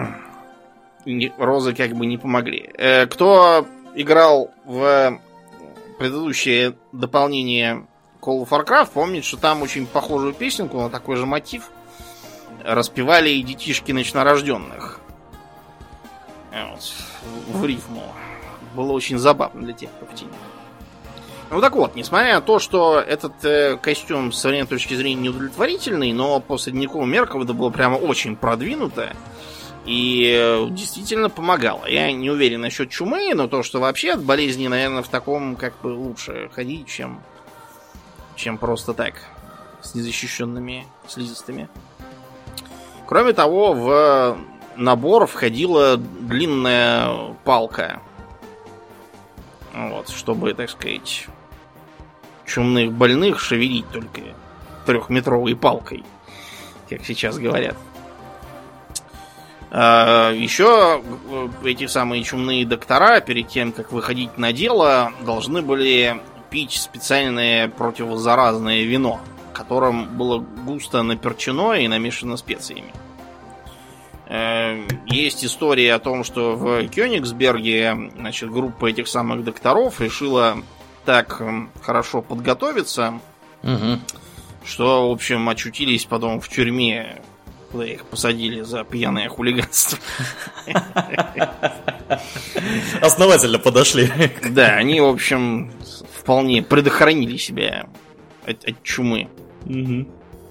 Розы как бы не помогли. Э, кто играл в предыдущее дополнение Call of Warcraft, помнит, что там очень похожую песенку на такой же мотив распевали и детишки ночнорожденных. Вот, в рифму. Было очень забавно для тех, кто в теме. Ну так вот, несмотря на то, что этот э, костюм с современной точки зрения неудовлетворительный, но по средневековым меркам это было прямо очень продвинуто и э, действительно помогало. Я не уверен насчет чумы, но то, что вообще от болезни, наверное, в таком как бы лучше ходить, чем, чем просто так, с незащищенными слизистыми. Кроме того, в набор входила длинная палка. Вот, чтобы, так сказать, чумных больных шевелить только трехметровой палкой, как сейчас говорят. А еще эти самые чумные доктора, перед тем, как выходить на дело, должны были пить специальное противозаразное вино, которым было густо наперчено и намешано специями. Есть история о том, что в Кёнигсберге, значит, группа этих самых докторов решила так хорошо подготовиться, угу. что, в общем, очутились потом в тюрьме, куда их посадили за пьяное хулиганство. Основательно подошли. Да, они, в общем, вполне предохранили себя от, от чумы. Угу.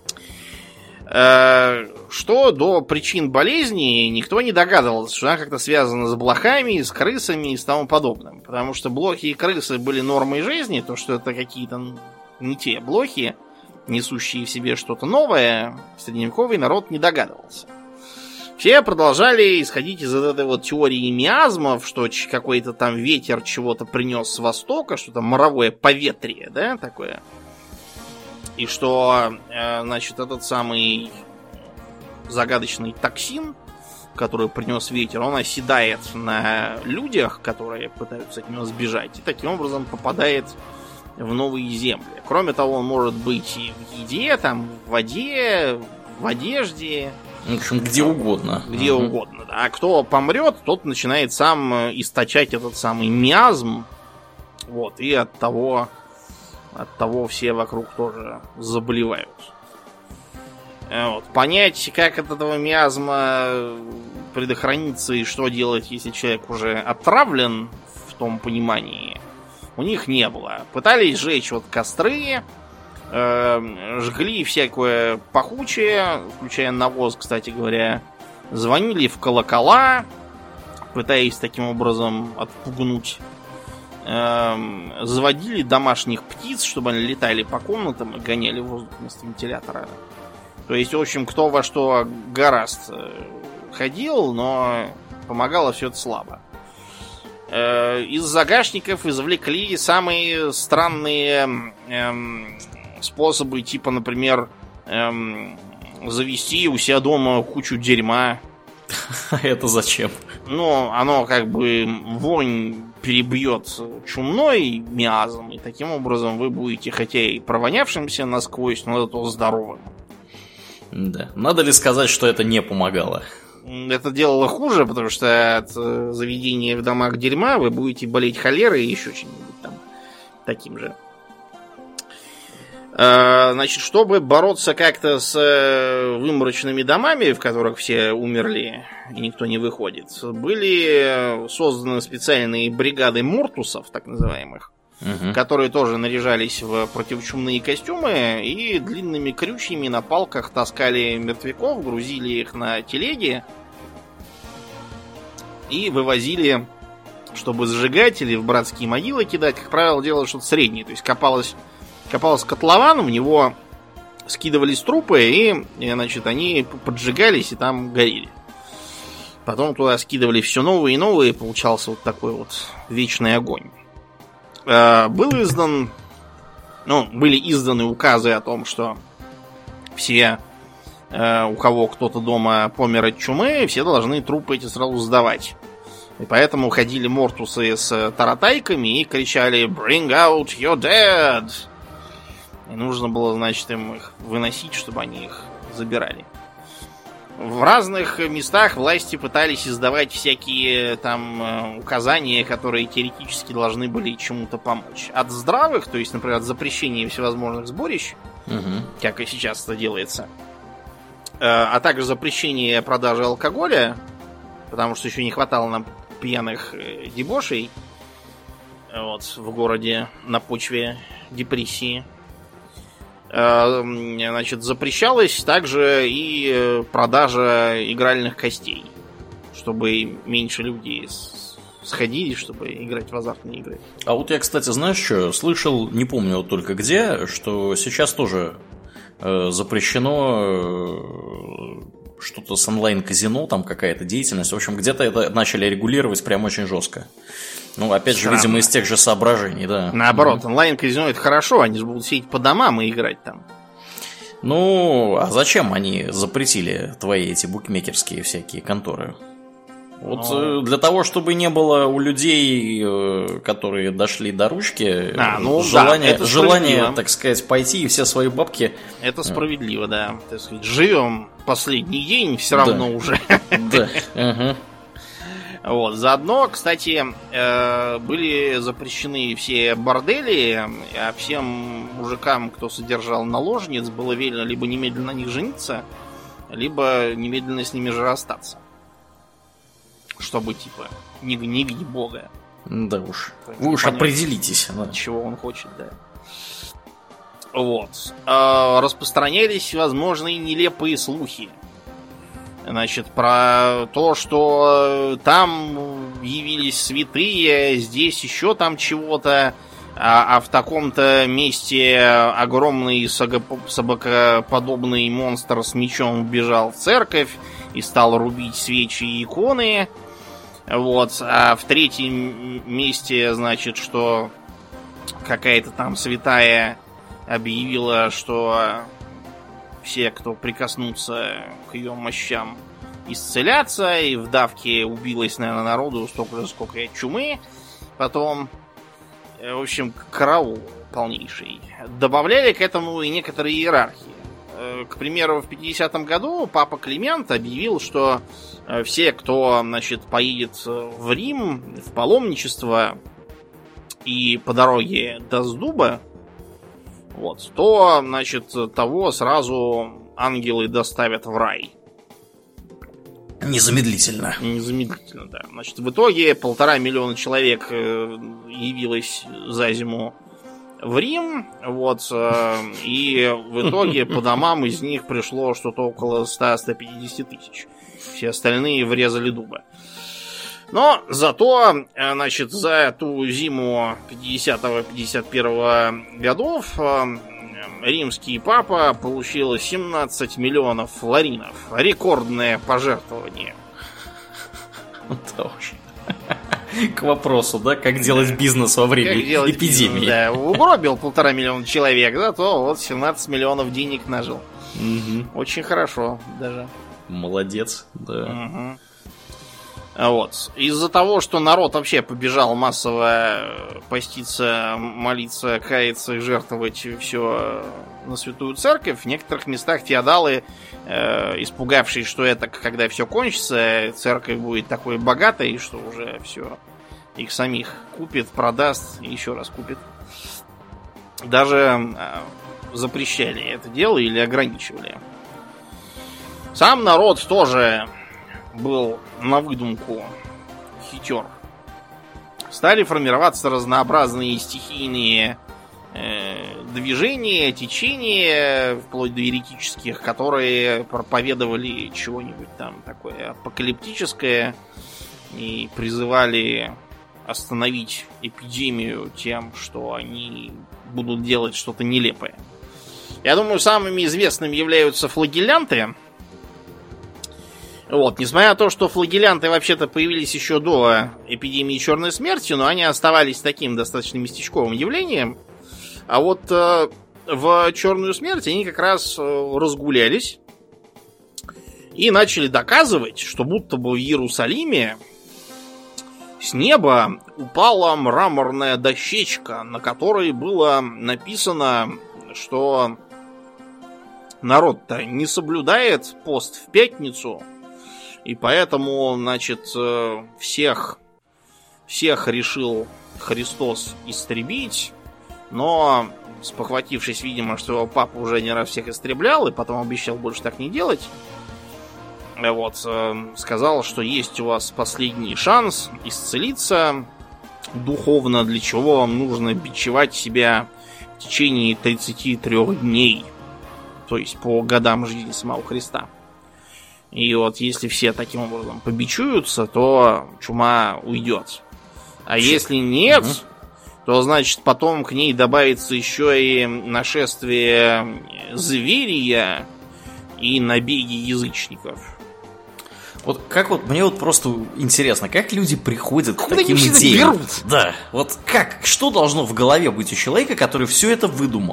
Что до причин болезни, никто не догадывался, что она как-то связана с блохами, с крысами и с тому подобным. Потому что блохи и крысы были нормой жизни, то, что это какие-то не те блохи, несущие в себе что-то новое, средневековый народ не догадывался. Все продолжали исходить из этой вот теории миазмов, что какой-то там ветер чего-то принес с востока, что-то моровое поветрие, да, такое. И что, значит, этот самый загадочный токсин, который принес ветер, он оседает на людях, которые пытаются от него сбежать, и таким образом попадает в новые земли. Кроме того, он может быть и в еде, там, в воде, в одежде. В общем, где угодно. Где угу. угодно, да. А кто помрет, тот начинает сам источать этот самый миазм. Вот, и от того... От того все вокруг тоже заболевают. Вот. Понять, как от этого миазма предохраниться и что делать, если человек уже отравлен в том понимании, у них не было. Пытались сжечь вот костры, э, жгли всякое пахучее, включая навоз, кстати говоря, звонили в колокола, пытаясь таким образом отпугнуть. Заводили домашних птиц, чтобы они летали по комнатам и гоняли воздух вместо вентилятора. То есть, в общем, кто во что гораст ходил, но помогало все это слабо. Из загашников извлекли самые странные эм, способы, типа, например, эм, завести у себя дома кучу дерьма. Это зачем? Ну, оно как бы вонь перебьет чумной миазм, и таким образом вы будете, хотя и провонявшимся насквозь, но зато здоровым. Да. Надо ли сказать, что это не помогало? Это делало хуже, потому что от заведения в домах дерьма вы будете болеть холерой и еще чем-нибудь там таким же. Значит, чтобы бороться как-то с выморочными домами, в которых все умерли и никто не выходит, были созданы специальные бригады мортусов, так называемых, угу. которые тоже наряжались в противочумные костюмы и длинными крючьями на палках таскали мертвяков, грузили их на телеги и вывозили, чтобы сжигать или в братские могилы кидать. Как правило, делали что-то среднее. То есть копалось, копался котлован, в него скидывались трупы, и, значит, они поджигались и там горели. Потом туда скидывали все новые и новые, и получался вот такой вот вечный огонь. Был издан, ну, были изданы указы о том, что все, у кого кто-то дома помер от чумы, все должны трупы эти сразу сдавать. И поэтому ходили мортусы с таратайками и кричали «Bring out your dead!». И нужно было, значит, им их выносить, чтобы они их забирали. В разных местах власти пытались издавать всякие там указания, которые теоретически должны были чему-то помочь. От здравых, то есть, например, от запрещения всевозможных сборищ, угу. как и сейчас это делается, а также запрещение продажи алкоголя, потому что еще не хватало нам пьяных дебошей вот, в городе на почве депрессии. Значит, запрещалась также и продажа игральных костей, чтобы меньше людей сходили, чтобы играть в азартные игры. А вот я, кстати, знаешь что, слышал, не помню вот только где, что сейчас тоже э, запрещено э, что-то с онлайн-казино, там какая-то деятельность. В общем, где-то это начали регулировать прям очень жестко. Ну, опять Странно. же, видимо, из тех же соображений, да. Наоборот, mm-hmm. онлайн-казино это хорошо, они же будут сидеть по домам и играть там. Ну, а зачем они запретили твои эти букмекерские всякие конторы? Вот Но... для того, чтобы не было у людей, которые дошли до ручки, а, ну, желание, да, желание, так сказать, пойти и все свои бабки... Это справедливо, да. Так сказать, живем последний день, все равно да. уже. Да, ага. Вот. Заодно, кстати, были запрещены все бордели, а всем мужикам, кто содержал наложниц, было велено либо немедленно на них жениться, либо немедленно с ними же расстаться. Чтобы, типа, не гни бога. Да уж. Вы уж определитесь. Да. Чего он хочет, да. Вот. Распространялись возможные нелепые слухи. Значит, про то, что там явились святые, здесь еще там чего-то, а, а в таком-то месте огромный собакоподобный монстр с мечом вбежал в церковь и стал рубить свечи и иконы. Вот. А в третьем месте, значит, что какая-то там святая объявила, что все, кто прикоснутся к ее мощам, исцелятся, и в давке убилось, наверное, народу столько же, сколько и от чумы. Потом, в общем, караул полнейший. Добавляли к этому и некоторые иерархии. К примеру, в пятидесятом году папа Климент объявил, что все, кто, значит, поедет в Рим в паломничество и по дороге до Сдуба, вот, то, значит, того сразу ангелы доставят в рай. Незамедлительно. Незамедлительно, да. Значит, в итоге полтора миллиона человек явилось за зиму в Рим, вот, и в итоге по домам из них пришло что-то около ста - ста пятидесяти тысяч. Все остальные врезали дуба. Но зато, значит, за ту зиму пятидесятого - пятьдесят первого годов римский папа получил семнадцать миллионов флоринов. Рекордное пожертвование. Да уж. К вопросу, да, как делать бизнес во время эпидемии. Бизнес, да, угробил полтора миллиона человек, да, то вот семнадцать миллионов денег нажил. Угу. Очень хорошо даже. Молодец, да. Угу. Вот. Из-за того, что народ вообще побежал массово поститься, молиться, каяться и жертвовать все на святую церковь, в некоторых местах феодалы, э, испугавшись, что это, когда все кончится, церковь будет такой богатой, что уже все их самих купит, продаст и еще раз купит, даже э, запрещали это дело или ограничивали. Сам народ тоже был на выдумку хитер. стали формироваться разнообразные стихийные э, движения, течения, вплоть до еретических, которые проповедовали чего-нибудь там такое апокалиптическое и призывали остановить эпидемию тем, что они будут делать что-то нелепое. Я думаю, самыми известными являются флагелянты. Вот, несмотря на то, что флагелянты вообще-то появились еще до эпидемии черной смерти, но они оставались таким достаточно местечковым явлением. А вот э, в черную смерть они как раз э, разгулялись и начали доказывать, что будто бы в Иерусалиме с неба упала мраморная дощечка, на которой было написано, что народ-то не соблюдает пост в пятницу, и поэтому, значит, всех, всех решил Христос истребить, но, спохватившись, видимо, что его папа уже один раз всех истреблял, и потом обещал больше так не делать, вот, сказал, что есть у вас последний шанс исцелиться духовно, для чего вам нужно бичевать себя в течение тридцати трёх дней. То есть по годам жизни самого Христа. И вот если все таким образом побичуются, то чума уйдет. А если нет, угу. то значит потом к ней добавится еще и нашествие зверия и набеги язычников. Вот как вот, мне вот просто интересно, как люди приходят к таким идеям? Берут? Да, вот как, что должно в голове быть у человека, который все это выдумал?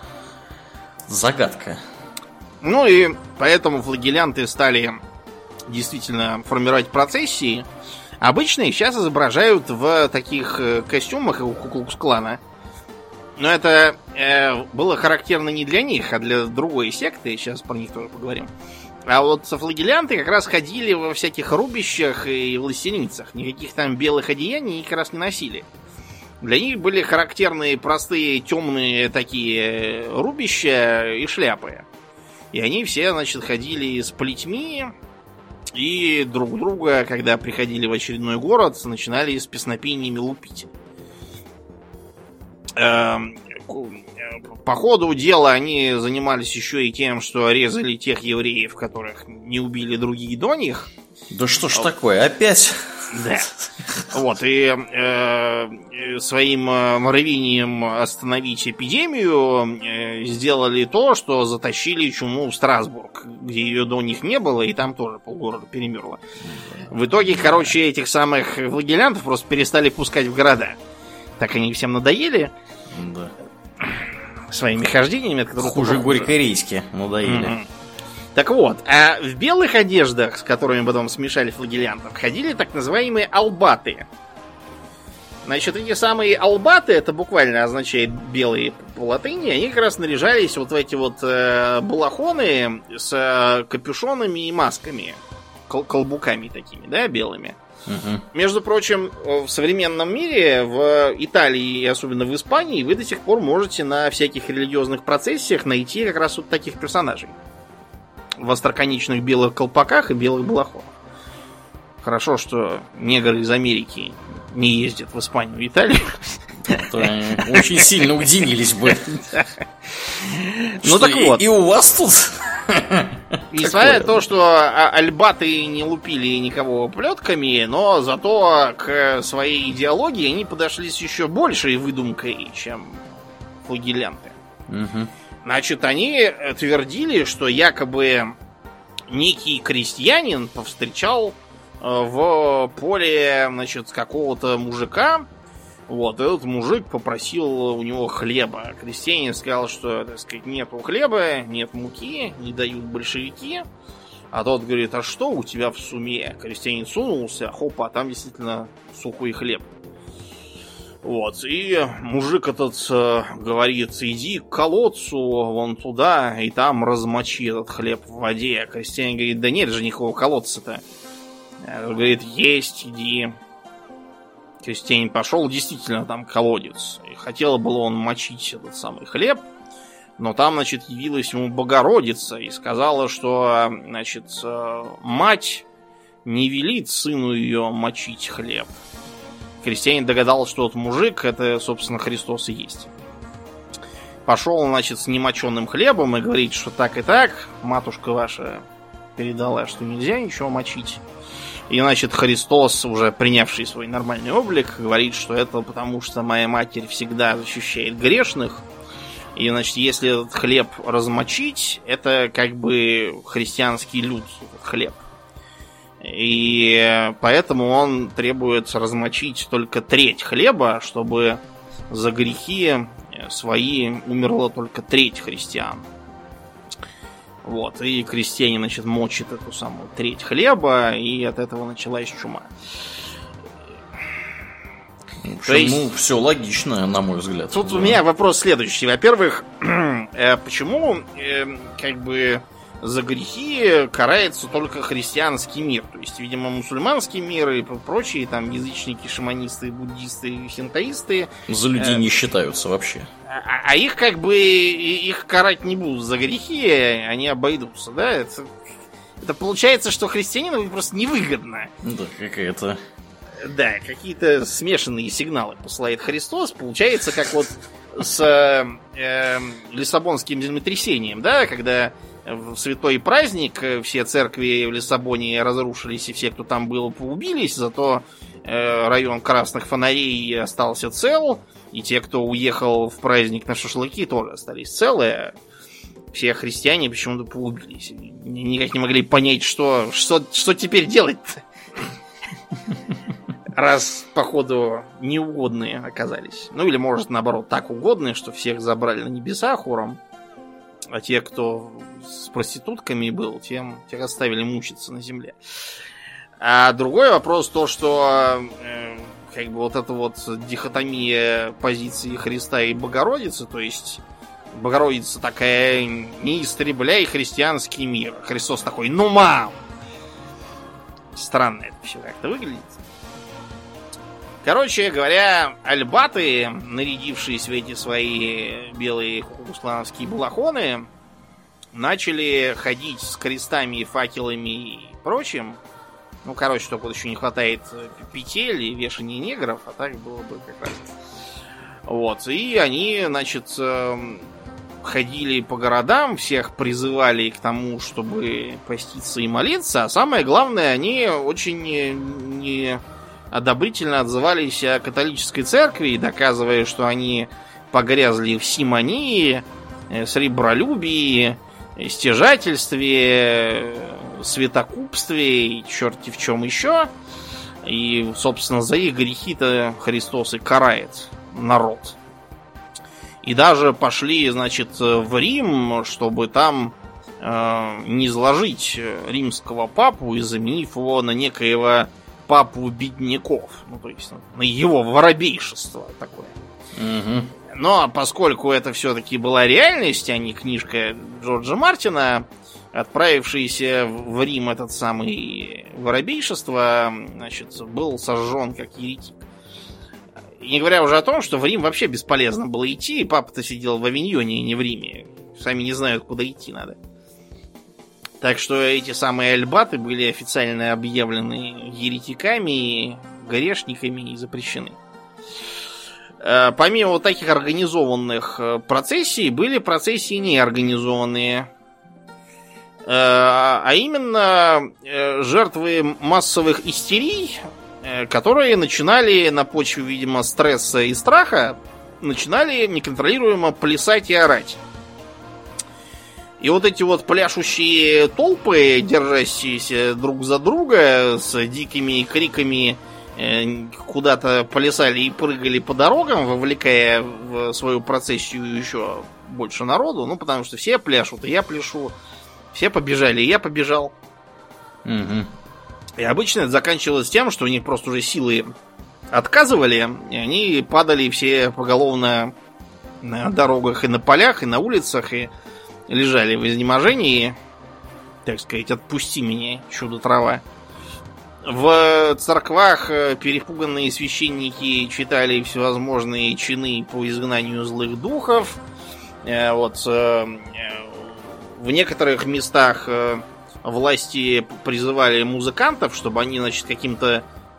Загадка. Ну и поэтому флагелянты стали действительно формировать процессии. Обычно их сейчас изображают в таких костюмах у Ку-Клукс-Клана. Но это э, было характерно не для них, а для другой секты. Сейчас про них тоже поговорим. А вот флагелянты как раз ходили во всяких рубищах и властеницах. Никаких там белых одеяний они как раз не носили. Для них были характерные простые темные такие рубища и шляпы. И они все, значит, ходили с плетьми и друг друга, когда приходили в очередной город, начинали с песнопениями лупить. По ходу дела они занимались еще и тем, что резали тех евреев, которых не убили другие до них. Да что ж такое, опять? Да. Вот, и э, своим рвением остановить эпидемию э, сделали то, что затащили чуму в Страсбург, где ее до них не было, и там тоже полгорода перемерло. В итоге, короче, этих самых флагелянтов просто перестали пускать в города. Так они всем надоели. Да. Своими хождениями, от которых хуже горько-рейски надоели. Mm-hmm. Так вот, а в белых одеждах, с которыми потом смешали флагелянтов, ходили так называемые албаты. Значит, эти самые албаты, это буквально означает белые по латыни, они как раз наряжались вот в эти вот э, балахоны с э, капюшонами и масками, кол- колбуками такими, да, белыми. Угу. Между прочим, в современном мире, в Италии и особенно в Испании, вы до сих пор можете на всяких религиозных процессиях найти как раз вот таких персонажей. В остроконечных белых колпаках и белых балахонах. Хорошо, что негры из Америки не ездят в Испанию и Италию. Очень сильно удивились бы. Ну так вот. И у вас тут... Несмотря на то, что альбаты не лупили никого плетками, но зато к своей идеологии они подошли с еще большей выдумкой, чем флагелянты. Угу. Значит, они твердили, что якобы некий крестьянин повстречал в поле, значит, какого-то мужика. Вот, этот мужик попросил у него хлеба. Крестьянин сказал, что, так сказать, нету хлеба, нет муки, не дают большевики. А тот говорит, а что у тебя в суме? Крестьянин сунулся, хопа, там действительно сухой хлеб. Вот, и мужик этот э, говорит, иди к колодцу вон туда, и там размочи этот хлеб в воде. Крестьянин говорит, да нет же никакого колодца-то. Он говорит, есть, иди. Крестьянин пошел, действительно, там колодец. И хотел было он мочить этот самый хлеб, но там, значит, явилась ему Богородица и сказала, что, значит, мать не велит сыну ее мочить хлеб. крестьянин догадался, что тот мужик, это, собственно, Христос и есть. Пошел, значит, с немоченым хлебом и говорит, что так и так, матушка ваша передала, что нельзя ничего мочить. И, значит, Христос, уже принявший свой нормальный облик, говорит, что это потому, что моя матерь всегда защищает грешных. И, значит, если этот хлеб размочить, это как бы христианский люд, хлеб. И поэтому он требует размочить только треть хлеба, чтобы за грехи свои умерло только треть христиан. Вот, и крестьянин, значит, мочит эту самую треть хлеба, и от этого началась чума. В общем, есть, ну, все логично, на мой взгляд. Тут да. У меня вопрос следующий. Во-первых, э, почему э, как бы за грехи карается только христианский мир? То есть, видимо, мусульманский мир и прочие там язычники, шаманисты, буддисты, хинтоисты за людей э, не считаются вообще. А, а их как бы их карать не будут за грехи, они обойдутся, да? Это, это получается, что христианину просто невыгодно. Да, какая-то... Да, какие-то смешанные сигналы посылает Христос. Получается, как вот с э, э, Лиссабонским землетрясением, да, когда в святой праздник все церкви в Лиссабоне разрушились, и все, кто там был, поубились, зато э, район красных фонарей остался цел, и те, кто уехал в праздник на шашлыки, тоже остались целые. Все христиане почему-то поубились. Никак не могли понять, что, что, что теперь делать-то. Раз, походу, неугодные оказались. Ну, или, может, наоборот, так угодные, что всех забрали на небеса хором, а те, кто с проститутками был, тем, тех оставили мучиться на земле. А другой вопрос то, что э, как бы вот эта вот дихотомия позиции Христа и Богородицы, то есть Богородица такая: не истребляй христианский мир. Христос такой: ну, мам! Странно это все как-то выглядит. Короче говоря, альбаты, нарядившись в эти свои белые кукуклановские балахоны, начали ходить с крестами, факелами и прочим. Ну, короче, только вот еще не хватает петель и вешания негров, а так было бы как раз. Вот, и они, значит, ходили по городам, всех призывали к тому, чтобы поститься и молиться, а самое главное, они очень не... одобрительно отзывались о католической церкви, доказывая, что они погрязли в симонии, сребролюбии, стяжательстве, святокупстве и черти в чем еще. И, собственно, за их грехи-то Христос и карает народ. И даже пошли, значит, в Рим, чтобы там э, низложить римского папу и заменив его на некоего папу бедняков, ну, то есть на его воробейшество такое. Угу. Но поскольку это все-таки была реальность, а не книжка Джорджа Мартина, отправившийся в Рим этот самый воробейшество, значит, был сожжен как еретик. И не говоря уже о том, что в Рим вообще бесполезно было идти, и папа-то сидел в Авиньоне, а не в Риме. Сами не знают, куда идти надо. Так что эти самые альбаты были официально объявлены еретиками, грешниками и запрещены. Помимо вот таких организованных процессий, были процессии неорганизованные. А именно жертвы массовых истерий, которые начинали на почве, видимо, стресса и страха, начинали неконтролируемо плясать и орать. И вот эти вот пляшущие толпы, держащиеся друг за друга, с дикими криками, э, куда-то плясали и прыгали по дорогам, вовлекая в свою процессию еще больше народу. Ну, потому что все пляшут, и я пляшу. Все побежали, и я побежал. Угу. И обычно это заканчивалось тем, что у них просто уже силы отказывали, и они падали все поголовно на дорогах и на полях, и на улицах, и лежали в изнеможении, так сказать, отпусти меня, чудо-трава. В церквах перепуганные священники читали всевозможные чины по изгнанию злых духов. Вот в некоторых местах власти призывали музыкантов, чтобы они, значит, каким-то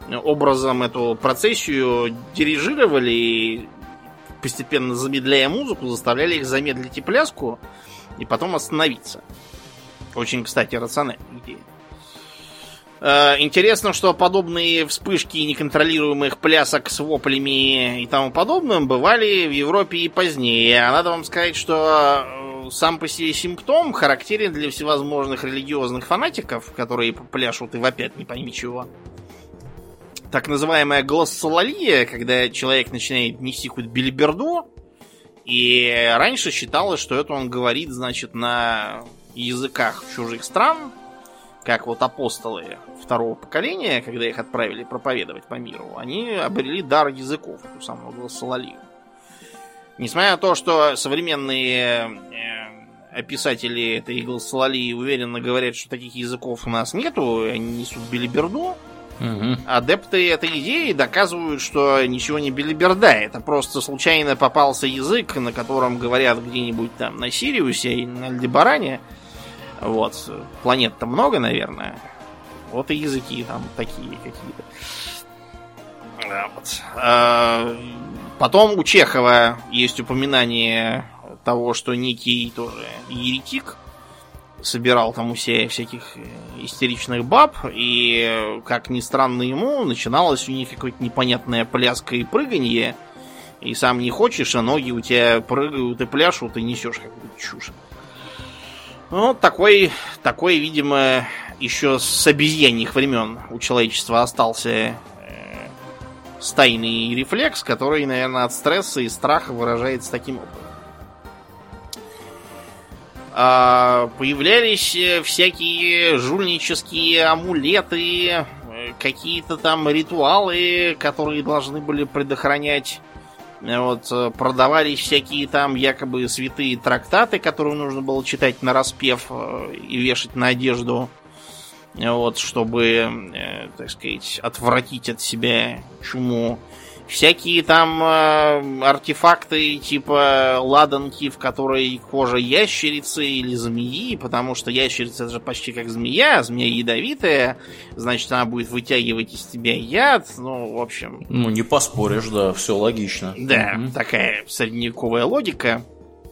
образом эту процессию дирижировали и, постепенно замедляя музыку, заставляли их замедлить и пляску, и потом остановиться. Очень, кстати, рациональная идея. Интересно, что подобные вспышки неконтролируемых плясок с воплями и тому подобным бывали в Европе и позднее. А надо вам сказать, что сам по себе симптом характерен для всевозможных религиозных фанатиков, которые пляшут и вопят не пойми чего. Так называемая глоссолалия, когда человек начинает нести какую-то белиберду, и раньше считалось, что это он говорит, значит, на языках чужих стран, как вот апостолы второго поколения, когда их отправили проповедовать по миру, они обрели дар языков, эту самую глоссолалию. Несмотря на то, что современные описатели этой глоссолалии уверенно говорят, что таких языков у нас нету, они несут белиберду, угу. Адепты этой идеи доказывают, что ничего не белиберда, это просто случайно попался язык, на котором говорят где-нибудь там на Сириусе и на Альдебаране. Вот, планет-то много, наверное. Вот и языки там такие какие-то. Вот. А потом у Чехова есть упоминание того, что некий тоже еретик собирал там у себя всяких истеричных баб, и, как ни странно ему, начиналось у них какое-то непонятное пляска и прыганье, и сам не хочешь, а ноги у тебя прыгают и пляшут, и несешь какую-то чушь. Ну, такой, такой, видимо, еще с обезьяньих времен у человечества остался э, стайный рефлекс, который, наверное, от стресса и страха выражается таким образом. А, появлялись всякие жульнические амулеты, какие-то там ритуалы, которые должны были предохранять. Вот, продавались всякие там якобы святые трактаты, которые нужно было читать нараспев и вешать на одежду, вот, чтобы, э, так сказать, отвратить от себя чуму. Всякие там э, артефакты типа ладанки, в которой кожа ящерицы или змеи, потому что ящерица это же почти как змея, змея ядовитая, значит, она будет вытягивать из тебя яд, ну, в общем... Ну, не поспоришь, да, все логично. Да, угу. Такая средневековая логика.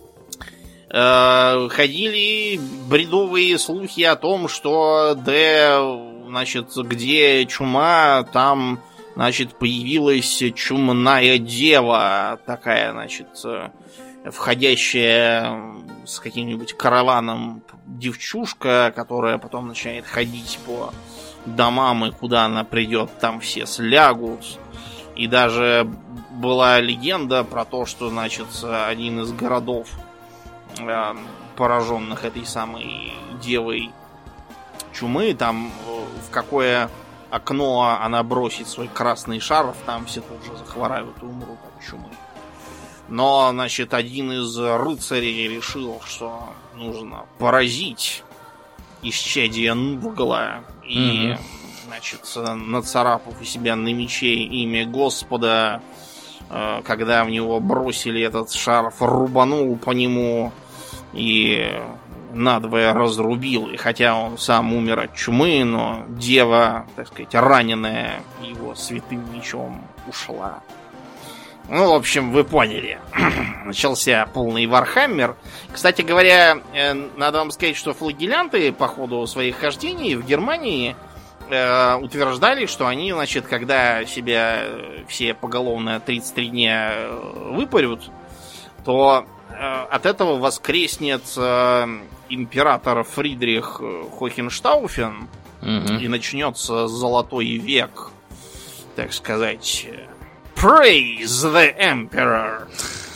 Э, ходили бредовые слухи о том, что, да, значит, где чума, там... Значит, появилась чумная дева, такая, значит, входящая с каким-нибудь караваном девчушка, которая потом начинает ходить по домам, и куда она придет, там все слягут. И даже была легенда про то, что, значит, один из городов, пораженных этой самой девой чумы, там в какое... окно она бросит свой красный шарф, там все тут же захворают и умрут от чумы. Но, значит, один из рыцарей решил, что нужно поразить исчадие Нургла. И, mm-hmm. значит, нацарапав у себя на мече имя Господа, когда в него бросили этот шарф, рубанул по нему и... надвое разрубил, и хотя он сам умер от чумы, но дева, так сказать, раненая его святым мечом, ушла. Ну, в общем, вы поняли. Начался полный Вархаммер. Кстати говоря, надо вам сказать, что флагелянты по ходу своих хождений в Германии э, утверждали, что они, значит, когда себя все поголовно тридцать три дня выпарют, то от этого воскреснет э, император Фридрих Хохенштауфен, угу. И начнется золотой век, так сказать. Praise the Emperor!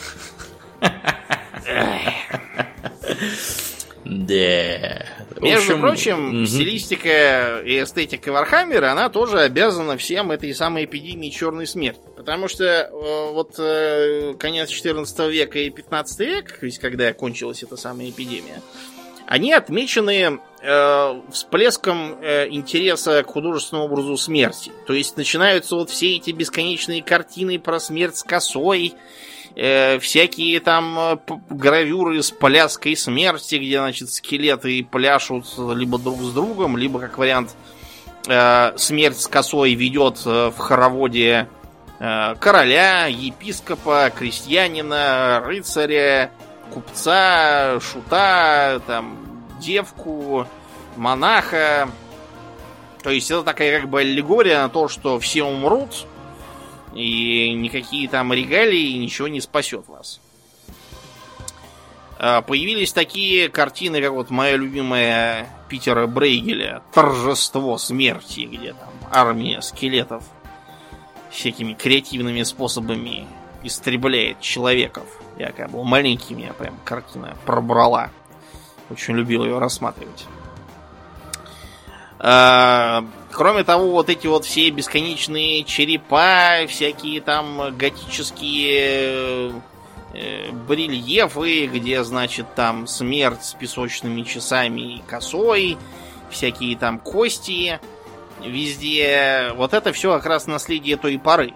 Да. Между прочим, стилистика и эстетика Вархаммера, она тоже обязана всем этой самой эпидемии черной смерти. Потому что э, вот э, конец четырнадцатого века и пятнадцатый век, то есть когда кончилась эта самая эпидемия, они отмечены э, всплеском э, интереса к художественному образу смерти. То есть начинаются вот все эти бесконечные картины про смерть с косой, э, всякие там э, гравюры с пляской смерти, где, значит, скелеты пляшут либо друг с другом, либо, как вариант, э, смерть с косой ведет в хороводе э, короля, епископа, крестьянина, рыцаря, купца, шута, там, девку, монаха. То есть это такая как бы аллегория на то, что все умрут, и никакие там регалии ничего не спасет вас. Появились такие картины, как вот моя любимая Питера Брейгеля «Торжество смерти», где там армия скелетов всякими креативными способами истребляет человеков. Я как был маленький, меня прям картина пробрала. Очень любил ее рассматривать. А, кроме того, вот эти вот все бесконечные черепа, всякие там готические э, барельефы, где, значит, там смерть с песочными часами и косой, всякие там кости везде. Вот это все как раз наследие той поры.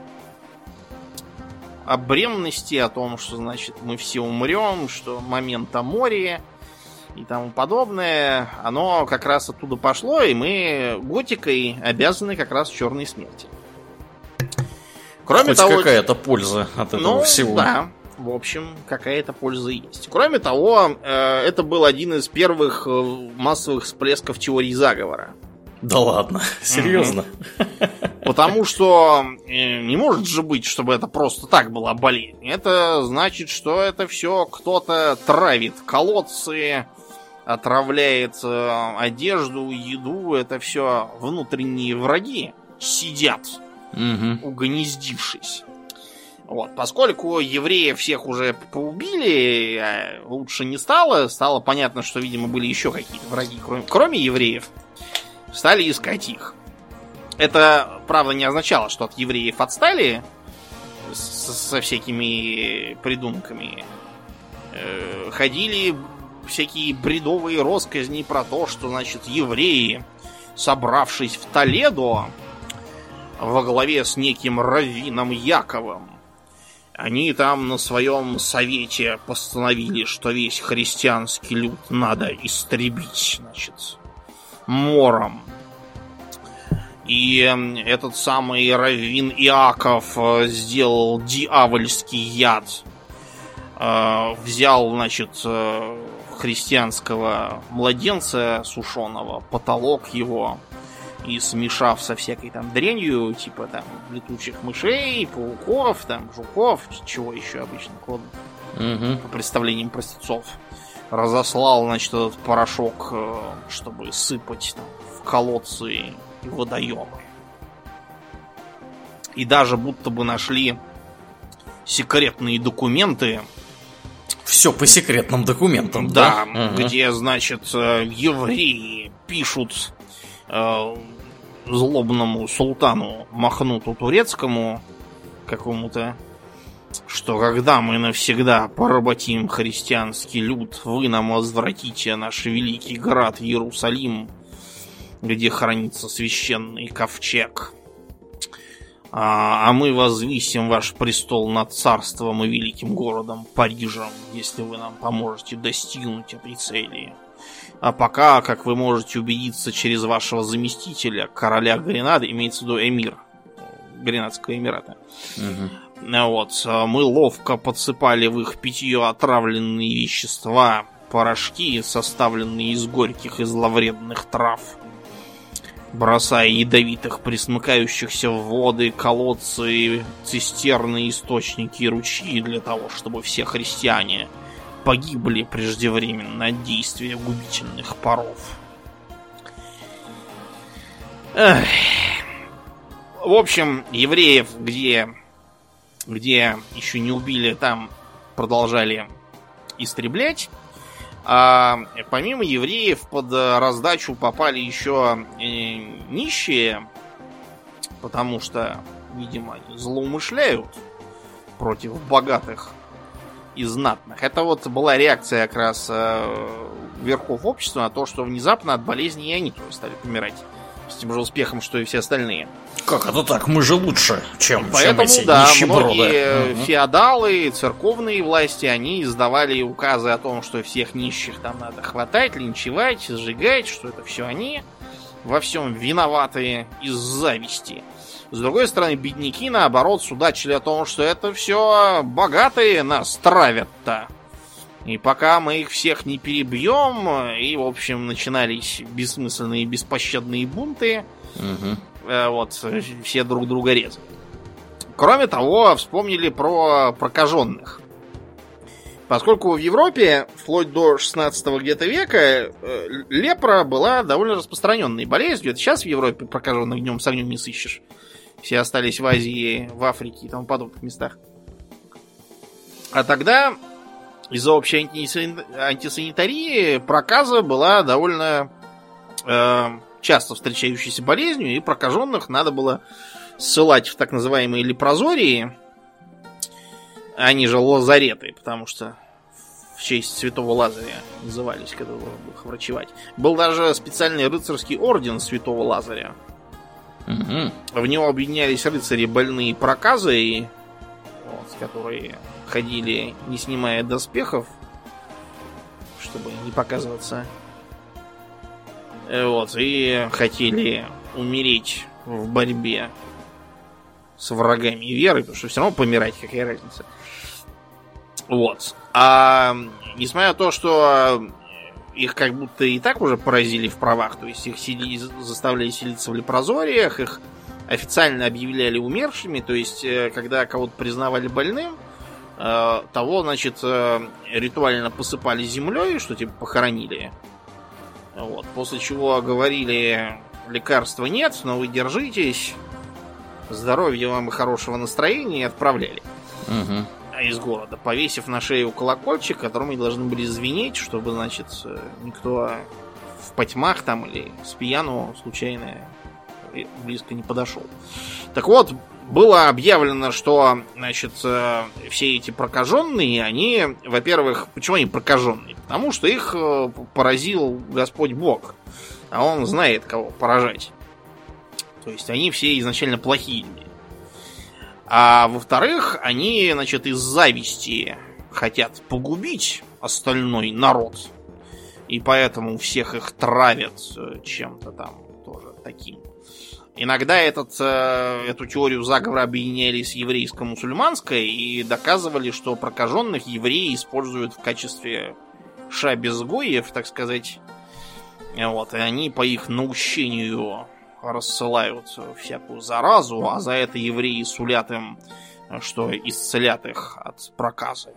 О бренности, о том, что, значит, мы все умрем, что момента море и тому подобное, оно как раз оттуда пошло, и мы готикой обязаны как раз черной смерти. Кроме Хоть того, какая-то польза от этого ну, всего. Да, в общем, какая-то польза есть. Кроме того, это был один из первых массовых всплесков теории заговора. Да ладно, серьезно? Потому что не может же быть, чтобы это просто так была болезнь. Это значит, что это все кто-то травит колодцы, отравляет одежду, еду. Это все внутренние враги сидят, угу. угнездившись. Вот. Поскольку евреев всех уже поубили, а лучше не стало, стало понятно, что, видимо, были еще какие-то враги, кроме, кроме евреев. Стали искать их. Это, правда, не означало, что от евреев отстали со, со всякими придумками. Э, ходили всякие бредовые россказни про то, что, значит, евреи, собравшись в Толедо во главе с неким раввином Яковом, они там на своем совете постановили, что весь христианский люд надо истребить, значит, мором. И этот самый раввин Иаков сделал дьявольский яд. Взял, значит, христианского младенца сушеного, потолок его, и смешав со всякой там дрянью, типа там летучих мышей, пауков, там жуков, чего еще обычно кладут, угу. по представлениям простецов, разослал, значит, этот порошок, чтобы сыпать там в колодцы и водоемы. И даже будто бы нашли секретные документы. Все по секретным документам, да? Да, угу. Где, значит, евреи пишут э, злобному султану Махнуту Турецкому какому-то, что когда мы навсегда поработим христианский люд, вы нам возвратите наш великий град Иерусалим, где хранится священный ковчег. А, а мы возвысим ваш престол над царством и великим городом Парижем, если вы нам поможете достигнуть этой цели. А пока, как вы можете убедиться через вашего заместителя, короля Гренады, имеется в виду эмир Гренадского эмирата, угу. вот, мы ловко подсыпали в их питье отравленные вещества, порошки, составленные из горьких и зловредных трав, бросая ядовитых, пресмыкающихся в воды, колодцы, цистерны, источники и ручьи для того, чтобы все христиане погибли преждевременно от действия губительных паров. Эх. В общем, евреев, где, где еще не убили, там продолжали истреблять. А помимо евреев под раздачу попали еще нищие, потому что, видимо, они злоумышляют против богатых и знатных. Это вот была реакция как раз верхов общества на то, что внезапно от болезни и они тоже стали помирать. С тем же успехом, что и все остальные. Как это так? Мы же лучше, чем, Поэтому, чем эти да, нищеброды. многие угу. феодалы, церковные власти, они издавали указы о том, что всех нищих там надо хватать, линчевать, сжигать, что это все они. во всем виноваты из зависти. С другой стороны, бедняки, наоборот, судачили о том, что это все богатые нас травят-то. И пока мы их всех не перебьем, и, в общем, начинались бессмысленные, беспощадные бунты, угу. вот, все друг друга резали. Кроме того, вспомнили про прокаженных. Поскольку в Европе, вплоть до шестнадцатого где-то века, лепра была довольно распространенной болезнью. Это сейчас в Европе прокаженных днем с огнем не сыщешь. Все остались в Азии, в Африке и тому подобных местах. А тогда из-за общей антисанитарии проказа была довольно э, часто встречающейся болезнью, и прокаженных надо было ссылать в так называемые лепрозории. Они же лазареты, потому что в честь святого Лазаря назывались, когда было их врачевать. Был даже специальный рыцарский орден святого Лазаря. Mm-hmm. В него объединялись рыцари больные проказой, вот, которые ходили, не снимая доспехов, чтобы не показываться. Вот, и хотели умереть в борьбе с врагами веры, потому что все равно помирать, какая разница. Вот. А несмотря на то, что их как будто и так уже поразили в правах, то есть их сидели, заставляли селиться в лепрозориях, их официально объявляли умершими, то есть когда кого-то признавали больным, того, значит, ритуально посыпали землей, что типа похоронили. Вот. После чего говорили: лекарства нет, но вы держитесь, здоровья вам и хорошего настроения, и отправляли. Угу. Из города, повесив на шею колокольчик, которым они должны были звенеть, чтобы, значит, никто в потьмах там или с пьяну случайно близко не подошел. Так вот, было объявлено, что, значит, все эти прокаженные, они, во-первых, почему они прокаженные? Потому что их поразил Господь Бог, а Он знает, кого поражать. То есть они все изначально плохие люди. А во-вторых, они, значит, из зависти хотят погубить остальной народ. И поэтому всех их травят чем-то там тоже таким. Иногда этот, эту теорию заговора объединяли с еврейско-мусульманской и доказывали, что прокаженных евреи используют в качестве шабезгоев, так сказать. Вот, и они по их наущению рассылают всякую заразу, а за это евреи сулят им, что исцелят их от проказы.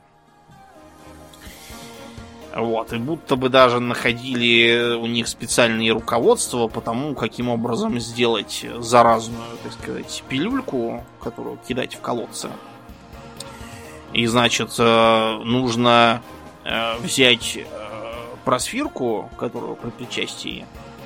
Вот, и будто бы даже находили у них специальные руководства по тому, каким образом сделать заразную, так сказать, пилюльку, которую кидать в колодцы. И, значит, нужно взять просфирку, которую при причастии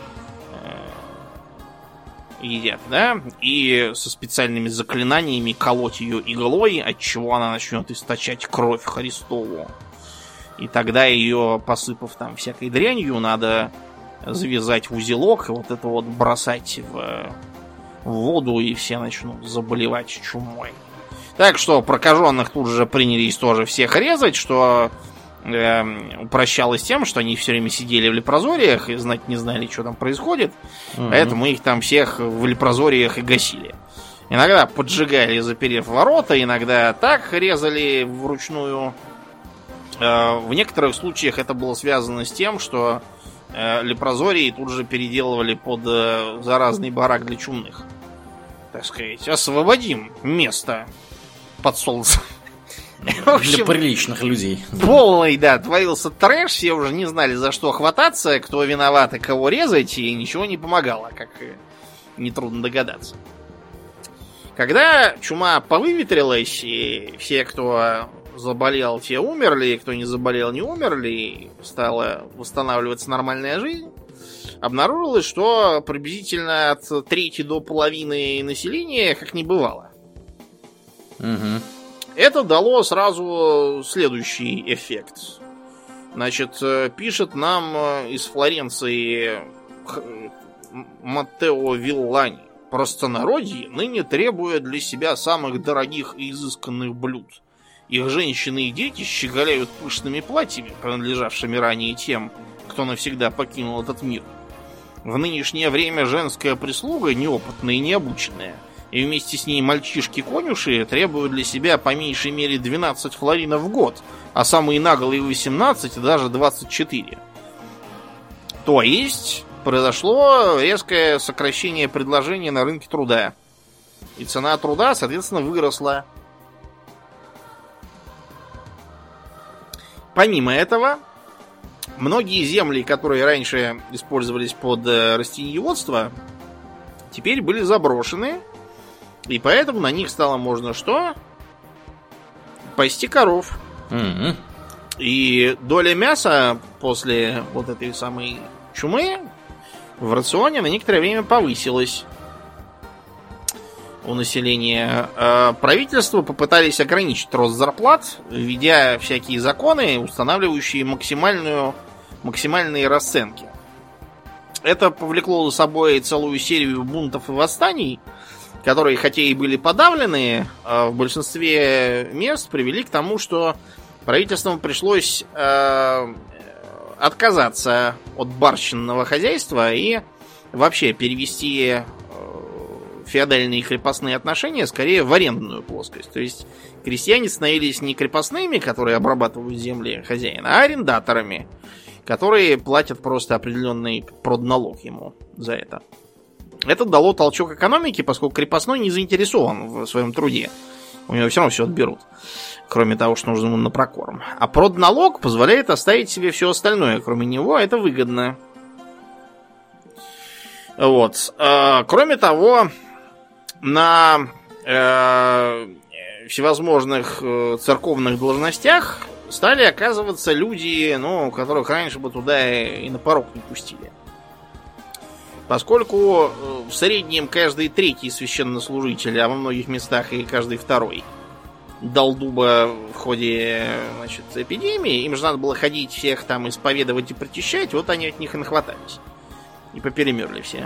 едят, да, и со специальными заклинаниями колоть ее иглой, от чего она начнет источать кровь Христову. И тогда ее, посыпав там всякой дрянью, надо завязать в узелок и вот это вот бросать в, в воду, и все начнут заболевать чумой. Так что прокаженных тут же принялись тоже всех резать, что э, упрощалось тем, что они все время сидели в лепрозориях и знать не знали, что там происходит. Mm-hmm. Поэтому их там всех в лепрозориях и гасили. Иногда поджигали, заперев ворота, иногда так резали вручную. Э, в некоторых случаях это было связано с тем, что э, лепрозории тут же переделывали под э, заразный барак для чумных. Так сказать, освободим место под солнцем. Общем, для приличных людей. Полный, да, творился трэш, все уже не знали, за что хвататься, кто виноват и кого резать, и ничего не помогало, как нетрудно догадаться. Когда чума повыветрилась, и все, кто заболел, те умерли, кто не заболел, не умерли, и стала восстанавливаться нормальная жизнь, обнаружилось, что приблизительно от трети до половины населения как не бывало. Угу. Это дало сразу следующий эффект. Значит, пишет нам из Флоренции Маттео Виллани: простонародье ныне требует для себя самых дорогих и изысканных блюд. Их женщины и дети щеголяют пышными платьями, принадлежавшими ранее тем, кто навсегда покинул этот мир. в нынешнее время женская прислуга неопытная и необученная, и вместе с ней мальчишки-конюши требуют для себя по меньшей мере двенадцать флоринов в год, а самые наглые восемнадцать и даже двадцать четыре. То есть произошло резкое сокращение предложения на рынке труда. И цена труда, соответственно, выросла. Помимо этого, многие земли, которые раньше использовались под растениеводство, теперь были заброшены. И поэтому на них стало можно что? Пасти коров. Mm-hmm. И доля мяса после вот этой самой чумы в рационе на некоторое время повысилась у населения. Правительство попытались ограничить рост зарплат, введя всякие законы, устанавливающие максимальную, максимальные расценки. Это повлекло за собой целую серию бунтов и восстаний, которые, хотя и были подавлены, в большинстве мест привели к тому, что правительствам пришлось э, отказаться от барщинного хозяйства и вообще перевести э, феодальные и крепостные отношения скорее в арендную плоскость. То есть крестьяне становились не крепостными, которые обрабатывают земли хозяина, а арендаторами, которые платят просто определенный продналог ему за это. Это дало толчок экономике, поскольку крепостной не заинтересован в своем труде. У него все равно все отберут. Кроме того, что нужно ему на прокорм. А продналог позволяет оставить себе все остальное. Кроме него, это выгодно. Вот. Кроме того, на э, всевозможных церковных должностях стали оказываться люди, ну, которых раньше бы туда и на порог не пустили. Поскольку в среднем каждый третий священнослужитель, а во многих местах и каждый второй, дал дуба в ходе, значит, эпидемии, им же надо было ходить всех там исповедовать и причащать, вот они от них и нахватались. И поперемерли все.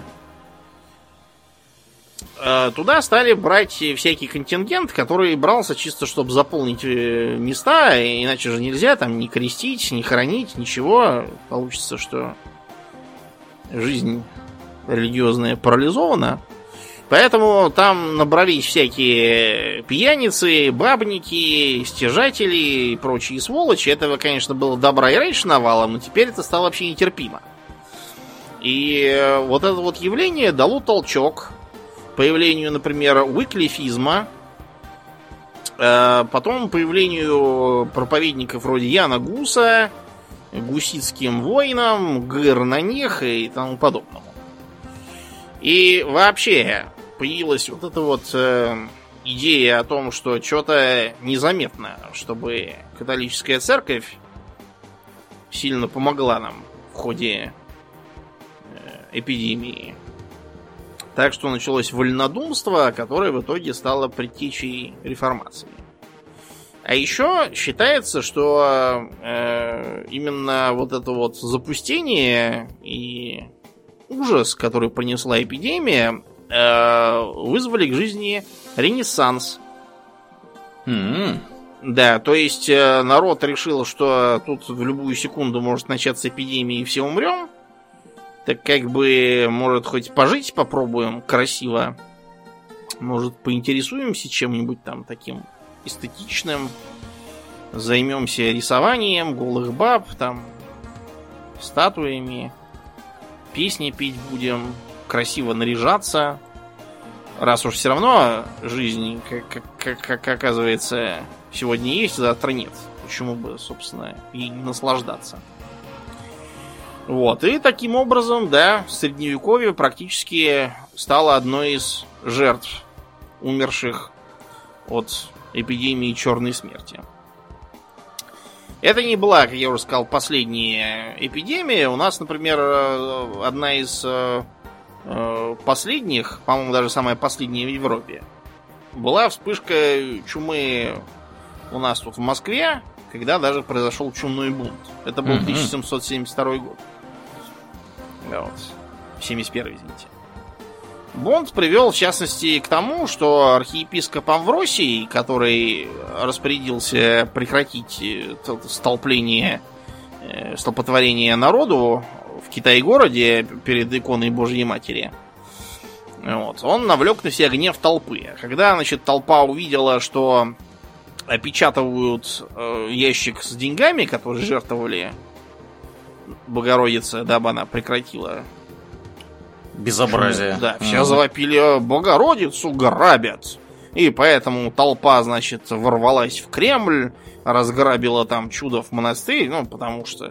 Туда стали брать всякий контингент, который брался чисто, чтобы заполнить места, иначе же нельзя там ни крестить, ни хоронить, ничего. Получится, что жизнь религиозная парализована. Поэтому там набрались всякие пьяницы, бабники, стяжатели и прочие сволочи. Этого, конечно, было добра и раньше навалом, но теперь это стало вообще нетерпимо. И вот это вот явление дало толчок появлению, например, уиклифизма, потом появлению проповедников вроде Яна Гуса, гуситским воинам, Гыр Нанех и тому подобному. И вообще появилась вот эта вот э, идея о том, что что-то незаметно, чтобы католическая церковь сильно помогла нам в ходе э, эпидемии. Так что началось вольнодумство, которое в итоге стало предтечей реформации. А еще считается, что э, именно вот это вот запустение и ужас, который принесла эпидемия, э, вызвали к жизни Ренессанс. Mm-hmm. Да, то есть э, народ решил, что тут в любую секунду может начаться эпидемия и все умрем. Так как бы, может, хоть пожить попробуем красиво. Может, поинтересуемся чем-нибудь там таким эстетичным. Займемся рисованием голых баб, там, статуями. Песни петь будем, красиво наряжаться. Раз уж все равно жизнь, как, как, как оказывается, сегодня есть, завтра нет. Почему бы, собственно, и не наслаждаться. Вот, и таким образом, да, Средневековье практически стало одной из жертв, умерших от эпидемии черной смерти. Это не была, как я уже сказал, последняя эпидемия. У нас, например, одна из последних, по-моему, даже самая последняя в Европе, была вспышка чумы у нас тут в Москве, когда даже произошел чумной бунт. Это был mm-hmm. тысяча семьсот семьдесят второй год. Вот. семьдесят первый, извините. Бунт привел, в частности, к тому, что архиепископ Амвросий, который распорядился прекратить столпление, столпотворение народу в Китай-городе перед иконой Божьей Матери, вот, он навлек на себя гнев толпы. Когда, значит, толпа увидела, что опечатывают э, ящик с деньгами, которые жертвовали Богородице, дабы она прекратила безобразие. Да, все завопили: Богородицу грабят. И поэтому толпа, значит, ворвалась в Кремль, разграбила там Чудов монастырь, ну, потому что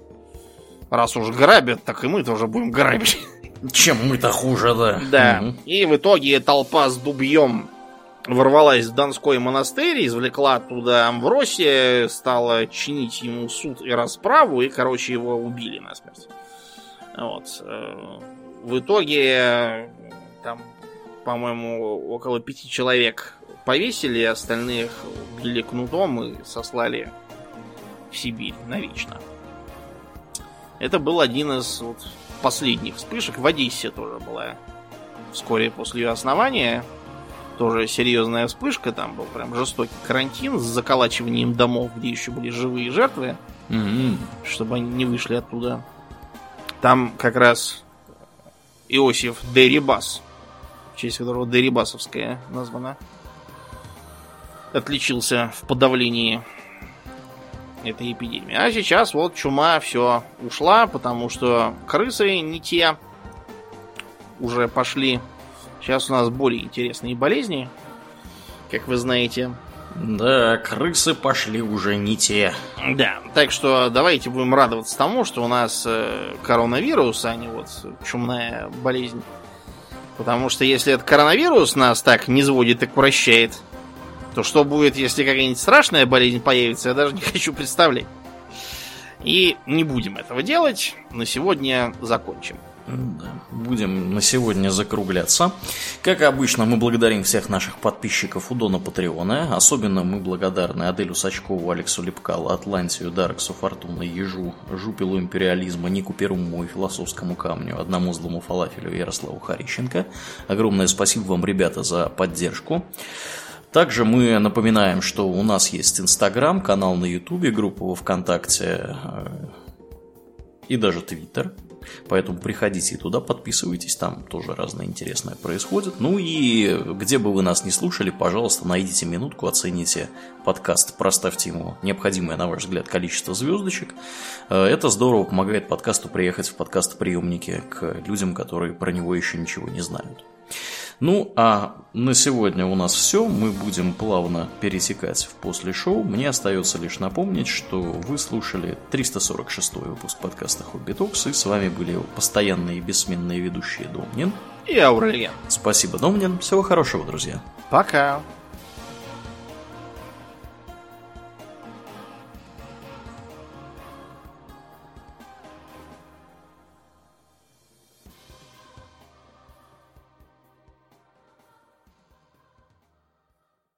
раз уж грабят, так и мы тоже будем грабить. Чем мы-то хуже, да. Да. Угу. И в итоге толпа с дубьем ворвалась в Донской монастырь, извлекла оттуда Амвросия, стала чинить ему суд и расправу, и, короче, его убили насмерть. Вот. В итоге, там, по-моему, около пяти человек повесили, остальных убили кнутом и сослали в Сибирь навечно. Это был один из вот последних вспышек. В Одессе тоже была вскоре после ее основания. Тоже серьезная вспышка. Там был прям жестокий карантин с заколачиванием домов, где еще были живые жертвы, mm-hmm. чтобы они не вышли оттуда. Там как раз Иосиф Дерибас, в честь которого Дерибасовская названа, отличился в подавлении этой эпидемии. А сейчас вот чума все ушла, потому что крысы не те уже пошли. Сейчас у нас более интересные болезни, как вы знаете. Да, крысы пошли уже не те. Да, так что давайте будем радоваться тому, что у нас коронавирус, а не вот чумная болезнь. Потому что если этот коронавирус нас так не сводит и прощает, то что будет, если какая-нибудь страшная болезнь появится, я даже не хочу представлять. И не будем этого делать. На сегодня закончим. Да, будем на сегодня закругляться. Как обычно, мы благодарим всех наших подписчиков у Дона Патреона. Особенно мы благодарны Аделю Сачкову, Алексу Лепкалу, Атлантию, Дарксу, Фортуна, Ежу, Жупилу Империализма, Нику Перуму и Философскому Камню, Одному Злому Фалафелю и Ярославу Харищенко. Огромное спасибо вам, ребята, за поддержку. Также мы напоминаем, что у нас есть Инстаграм, канал на Ютубе, группа во Вконтакте и даже Твиттер. Поэтому приходите туда, подписывайтесь, там тоже разное интересное происходит. Ну и где бы вы нас не слушали, пожалуйста, найдите минутку, оцените подкаст, проставьте ему необходимое, на ваш взгляд, количество звездочек. Это здорово помогает подкасту приехать в подкастоприемники к людям, которые про него еще ничего не знают. Ну, а на сегодня у нас все. Мы будем плавно пересекать в после шоу. Мне остается лишь напомнить, что вы слушали триста сорок шестой выпуск подкаста Хобби Токс, и с вами были его постоянные и бессменные ведущие Домнин и Аурельян. Спасибо, Домнин. Всего хорошего, друзья. Пока.